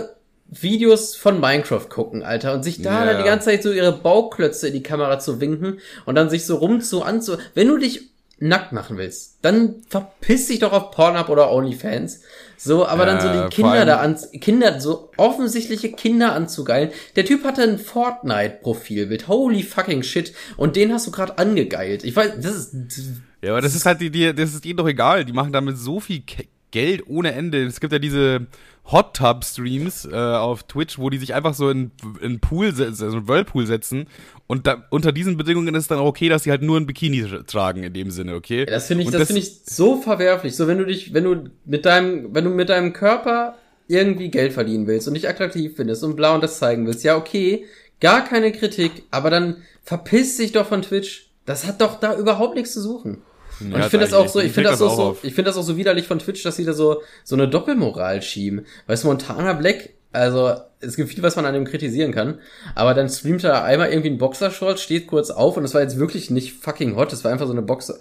Videos von Minecraft gucken, Alter, und sich da dann die ganze Zeit so ihre Bauklötze in die Kamera zu winken und dann sich so wenn du dich nackt machen willst, dann verpiss dich doch auf Pornhub oder OnlyFans. So, aber dann so die Kinder so offensichtliche Kinder anzugeilen. Der Typ hatte ein Fortnite-Profilbild. Holy fucking shit. Und den hast du gerade angegeilt. Ich weiß, das ist... Ja, aber das ist halt das ist ihnen doch egal. Die machen damit so viel Geld ohne Ende. Es gibt ja diese Hot Tub Streams auf Twitch, wo die sich einfach so in Pool setzen, also einen Whirlpool setzen. Und unter diesen Bedingungen ist es dann auch okay, dass sie halt nur ein Bikini tragen in dem Sinne, okay? Ja, das finde ich so verwerflich. So, wenn du mit deinem Körper irgendwie Geld verdienen willst und dich attraktiv findest und blau und das zeigen willst, ja okay, gar keine Kritik, aber dann verpiss dich doch von Twitch. Das hat doch da überhaupt nichts zu suchen. Und ich finde das auch so, ich finde das auch so widerlich von Twitch, dass sie da so eine Doppelmoral schieben. Weißt du, Montana Black, also, es gibt viel, was man an dem kritisieren kann, aber dann streamt er einmal irgendwie einen Boxershort, steht kurz auf und es war jetzt wirklich nicht fucking hot, es war einfach so eine Boxer,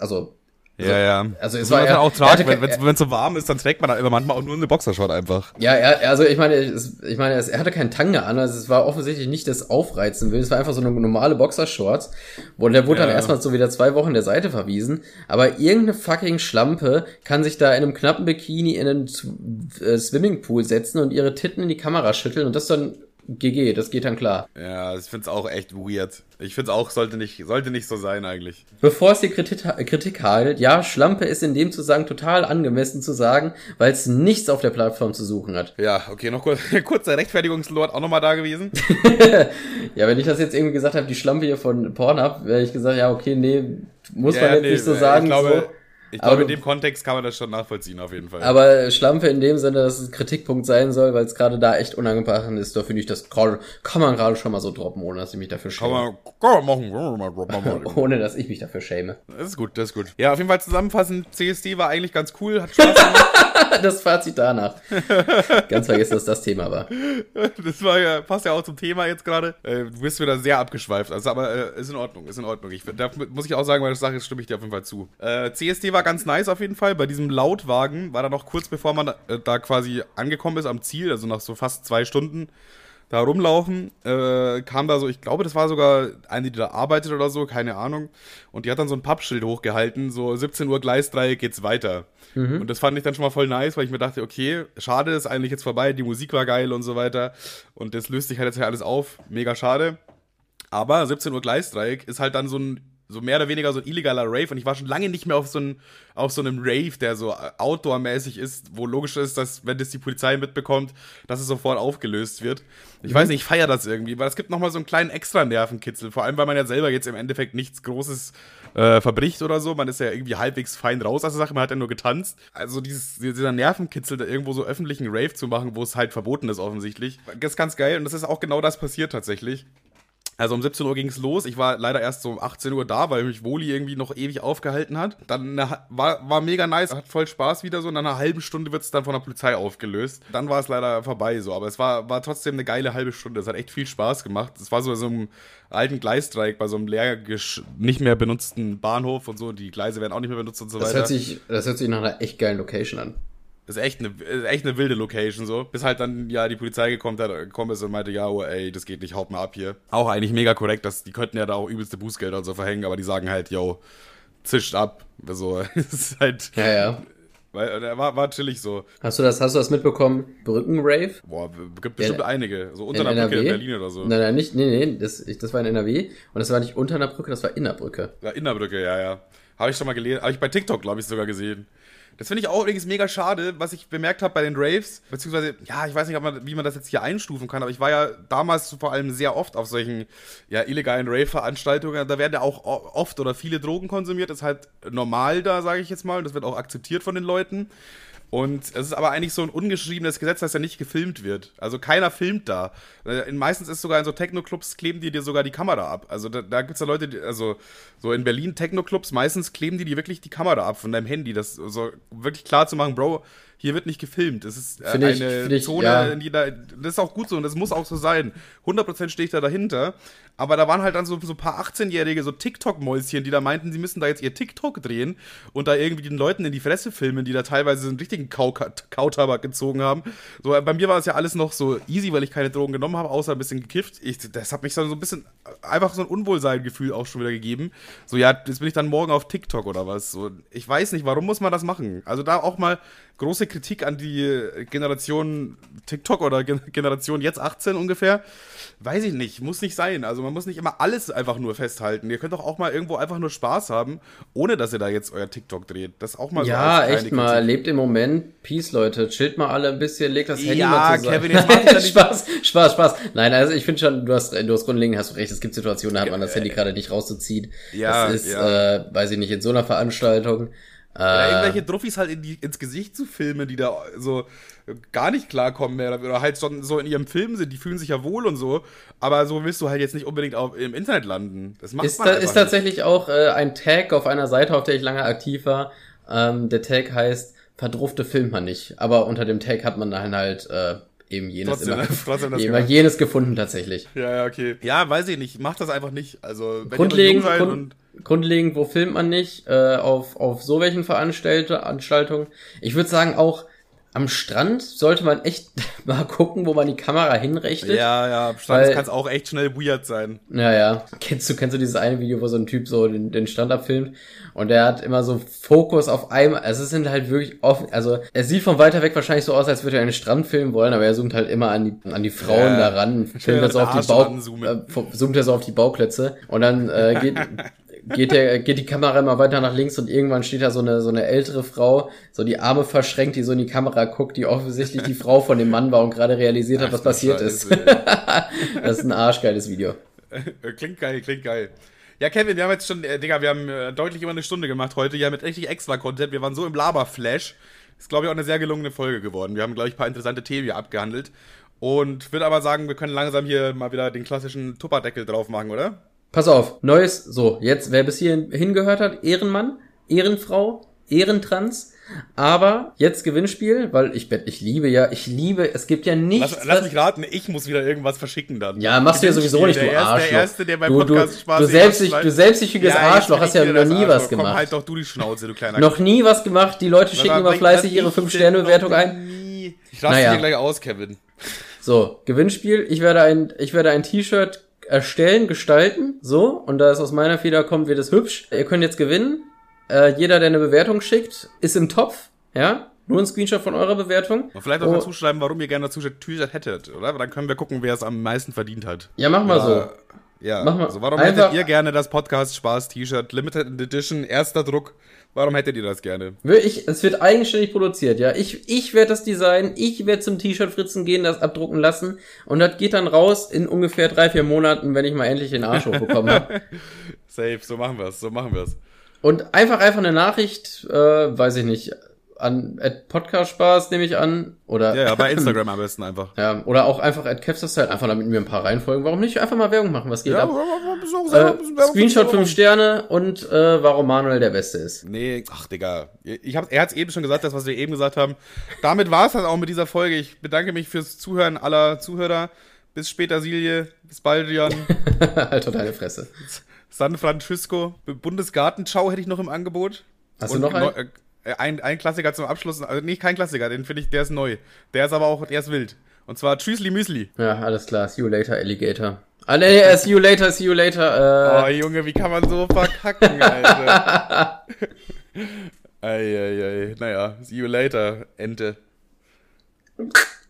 Ja. Also es war war ja auch tragisch, wenn es so warm ist, dann trägt man da immer manchmal auch nur eine Boxershort einfach. Ja, ich meine, er hatte keinen Tanga an, also es war offensichtlich nicht das Aufreizen will, es war einfach so eine normale Boxershort und der wurde dann erstmal so wieder 2 Wochen der Seite verwiesen, aber irgendeine fucking Schlampe kann sich da in einem knappen Bikini in einen Swimmingpool setzen und ihre Titten in die Kamera schütteln und das dann GG, das geht dann klar. Ja, ich find's auch echt weird. Ich find's auch, sollte nicht so sein eigentlich. Bevor es hier Kritik hagelt, ja, Schlampe ist in dem Zusammenhang total angemessen zu sagen, weil es nichts auf der Plattform zu suchen hat. Ja, okay, noch kurzer Rechtfertigungslord auch nochmal da gewesen. Ja, wenn ich das jetzt irgendwie gesagt habe, die Schlampe hier von Pornhub, wäre ich gesagt, ja, okay, nee, muss man jetzt nicht so sagen. Ich glaube, in dem Kontext kann man das schon nachvollziehen, auf jeden Fall. Aber Schlampe in dem Sinne, dass es ein Kritikpunkt sein soll, weil es gerade da echt unangebracht ist, da finde ich, das kann man gerade schon mal so droppen, ohne dass ich mich dafür schäme. Kann man machen. Ohne dass ich mich dafür schäme. Das ist gut. Ja, auf jeden Fall zusammenfassend, CSD war eigentlich ganz cool, hat Spaß gemacht. Das Fazit danach. Ganz vergessen, dass das Thema war. Das passt ja auch zum Thema jetzt gerade. Du bist wieder sehr abgeschweift, also aber ist in Ordnung. Da muss ich auch sagen, bei der Sache stimme ich dir auf jeden Fall zu. CSD war ganz nice auf jeden Fall. Bei diesem Lautwagen war da noch kurz bevor man da quasi angekommen ist am Ziel, also nach so fast 2 Stunden da rumlaufen, kam da so, ich glaube, das war sogar eine, die da arbeitet oder so, keine Ahnung. Und die hat dann so ein Pappschild hochgehalten, so 17 Uhr Gleisdreieck geht's weiter. Mhm. Und das fand ich dann schon mal voll nice, weil ich mir dachte, okay, schade, ist eigentlich jetzt vorbei, die Musik war geil und so weiter. Und das löst sich halt jetzt ja alles auf, mega schade. Aber 17 Uhr Gleisdreieck ist halt dann so mehr oder weniger so ein illegaler Rave und ich war schon lange nicht mehr auf so einem Rave, der so outdoor-mäßig ist, wo logisch ist, dass, wenn das die Polizei mitbekommt, dass es sofort aufgelöst wird. Ich weiß nicht, ich feiere das irgendwie, weil es gibt nochmal so einen kleinen extra Nervenkitzel, vor allem, weil man ja selber jetzt im Endeffekt nichts Großes verbricht oder so, man ist ja irgendwie halbwegs fein raus aus der Sache, man hat ja nur getanzt. Also dieser Nervenkitzel, da irgendwo so öffentlichen Rave zu machen, wo es halt verboten ist offensichtlich, das ist ganz geil und das ist auch genau das passiert tatsächlich. Also um 17 Uhr ging's los. Ich war leider erst so um 18 Uhr da, weil mich Woli irgendwie noch ewig aufgehalten hat. Dann war mega nice, hat voll Spaß wieder so. Und nach einer halben Stunde wird's dann von der Polizei aufgelöst. Dann war es leider vorbei so. Aber es war trotzdem eine geile halbe Stunde. Es hat echt viel Spaß gemacht. Es war so einem alten Gleisdreieck bei so einem nicht mehr benutzten Bahnhof und so. Die Gleise werden auch nicht mehr benutzt und so weiter. Das hört sich nach einer echt geilen Location an. Das ist echt eine wilde Location so. Bis halt dann, ja, die Polizei gekommen ist und meinte, ja, oh, ey, das geht nicht, haut mal ab hier. Auch eigentlich mega korrekt, die könnten ja da auch übelste Bußgelder und so verhängen, aber die sagen halt, yo, zischt ab. Also, es ist halt... Ja. Weil der war chillig so. Hast du das mitbekommen? Brückenrave? Boah, gibt bestimmt einige. So unter einer Brücke in Berlin oder so. Nein, das war in NRW. Und das war nicht unter einer Brücke, das war in der Brücke. Ja, in der Brücke, ja. Habe ich schon mal gelesen. Habe ich bei TikTok, glaube ich, sogar gesehen. Das finde ich auch übrigens mega schade, was ich bemerkt habe bei den Raves, beziehungsweise, ja, ich weiß nicht, wie man das jetzt hier einstufen kann, aber ich war ja damals vor allem sehr oft auf solchen, ja, illegalen Rave-Veranstaltungen, da werden ja auch oft oder viele Drogen konsumiert, ist halt normal da, sage ich jetzt mal, und das wird auch akzeptiert von den Leuten. Und es ist aber eigentlich so ein ungeschriebenes Gesetz, dass ja nicht gefilmt wird. Also keiner filmt da. Meistens ist sogar in so Techno-Clubs kleben die dir sogar die Kamera ab. Also da gibt's ja Leute, also so in Berlin Techno-Clubs, meistens kleben die wirklich die Kamera ab von deinem Handy. Das so wirklich klar zu machen, Bro, hier wird nicht gefilmt. Es ist Finde eine Zone, ja. in jeder, das ist auch gut so und das muss auch so sein. 100% stehe ich da dahinter. Aber da waren halt dann so ein paar 18-Jährige, so TikTok-Mäuschen, die da meinten, sie müssen da jetzt ihr TikTok drehen und da irgendwie den Leuten in die Fresse filmen, die da teilweise so einen richtigen Kautabak gezogen haben. So, bei mir war es ja alles noch so easy, weil ich keine Drogen genommen habe, außer ein bisschen gekifft. Das hat mich so ein bisschen, einfach so ein Unwohlsein-Gefühl auch schon wieder gegeben. So, ja, jetzt bin ich dann morgen auf TikTok oder was. So, ich weiß nicht, warum muss man das machen? Also da auch mal große Kritik an die Generation TikTok oder Generation jetzt 18 ungefähr. Weiß ich nicht, muss nicht sein. Also man muss nicht immer alles einfach nur festhalten. Ihr könnt doch auch mal irgendwo einfach nur Spaß haben, ohne dass ihr da jetzt euer TikTok dreht. Das auch mal ja, so als echt mal. Kritik. Lebt im Moment. Peace, Leute. Chillt mal alle ein bisschen, legt das Handy Ja, mal zur Seite. Kevin, jetzt mach ich da nicht. Spaß. Nein, also ich finde schon, du hast grundlegend hast du recht. Es gibt Situationen, da hat man das Handy gerade nicht rauszuziehen. Ja, das ist, ja. weiß ich nicht, in so einer Veranstaltung. Oder irgendwelche Druffis halt ins Gesicht zu filmen, die da so gar nicht klarkommen mehr oder halt schon so in ihrem Film sind, die fühlen sich ja wohl und so, aber so willst du halt jetzt nicht unbedingt im Internet landen. Das macht man einfach Ist tatsächlich auch ein Tag auf einer Seite, auf der ich lange aktiv war. Der Tag heißt, verdruffte filmt man nicht, aber unter dem Tag hat man dann halt eben jenes jenes gefunden tatsächlich. Ja, okay. Ja, weiß ich nicht, mach das einfach nicht. Also wenn ihr jung seid grundlegend, wo filmt man nicht? Auf so welchen Veranstaltungen. Ich würde sagen, auch am Strand sollte man echt mal gucken, wo man die Kamera hinrichtet. Ja, am Strand kann es auch echt schnell weird sein. Ja. Kennst du dieses eine Video, wo so ein Typ so den Strand abfilmt und der hat immer so Fokus auf einem, also es sind halt wirklich offen, also er sieht von weiter weg wahrscheinlich so aus, als würde er einen Strand filmen wollen, aber er zoomt halt immer an die Frauen daran, filmt das so auf die zoomt er so auf die Bauklötze und dann geht die Kamera immer weiter nach links und irgendwann steht da so eine ältere Frau, so die Arme verschränkt, die so in die Kamera guckt, die offensichtlich die Frau von dem Mann war und gerade realisiert hat, was passiert ist. Das ist ein arschgeiles Video. Klingt geil. Ja, Kevin, wir haben jetzt schon, wir haben deutlich über eine Stunde gemacht heute, ja, mit richtig extra Content. Wir waren so im Laberflash. Ist, glaube ich, auch eine sehr gelungene Folge geworden. Wir haben, glaube ich, ein paar interessante Themen hier abgehandelt. Und würde aber sagen, wir können langsam hier mal wieder den klassischen Tupperdeckel drauf machen, oder? Pass auf, neues, so, jetzt, wer bis hierhin hingehört hat, Ehrenmann, Ehrenfrau, Ehrentrans, aber jetzt Gewinnspiel, weil ich liebe, es gibt ja nichts. Lass mich raten, ich muss wieder irgendwas verschicken dann. Ja, machst du ja sowieso nicht, du Arschloch. Der Erste, der beim Podcast Spaß du selbstsüchtiges Arschloch, hast ja noch nie was gemacht. Komm halt doch du die Schnauze, du kleiner Noch nie was gemacht, die Leute schicken immer fleißig ihre 5-Sterne-Bewertung ein. Ich raste dir gleich aus, Kevin. So, Gewinnspiel, ich werde ein T-Shirt erstellen, gestalten, so, und da es aus meiner Feder kommt, wird es hübsch. Ihr könnt jetzt gewinnen. Jeder, der eine Bewertung schickt, ist im Topf, ja? Nur ein Screenshot von eurer Bewertung. Und vielleicht auch dazu schreiben, warum ihr gerne dazu T-Shirt hättet, oder? Dann können wir gucken, wer es am meisten verdient hat. Ja, machen wir so. Ja, also warum hättet ihr gerne das Podcast-Spaß-T-Shirt, Limited Edition, erster Druck? Warum hättet ihr das gerne? Es wird eigenständig produziert, ja. Ich werde das designen, ich werde zum T-Shirt-Fritzen gehen, das abdrucken lassen und das geht dann raus in ungefähr 3-4 Monaten, wenn ich mal endlich den Arsch hochbekommen habe. Safe, so machen wir's. Und einfach eine Nachricht, weiß ich nicht, an @Podcast-Spaß nehme ich an. Oder ja, bei Instagram am besten einfach. Ja, oder auch einfach @Kevstyle, einfach damit mir ein paar reinfolgen. Warum nicht einfach mal Werbung machen, was geht ab? Screenshot 5 Sterne und warum Manuel der Beste ist. Nee, ach Digga. Er hat's eben schon gesagt, das, was wir eben gesagt haben. Damit war's dann auch mit dieser Folge. Ich bedanke mich fürs Zuhören aller Zuhörer. Bis später, Silje. Bis bald, Jan. Halt deine Fresse. San Francisco. Bundesgartenschau hätte ich noch im Angebot. Hast du noch einen? Ein Klassiker zum Abschluss, also nicht kein Klassiker, den finde ich, der ist neu. Der ist aber auch, der ist wild. Und zwar Tschüssli Müsli. Ja, alles klar. See you later, Alligator. Nee, see you later. Oh, Junge, wie kann man so verkacken, Alter? Naja, see you later, Ente.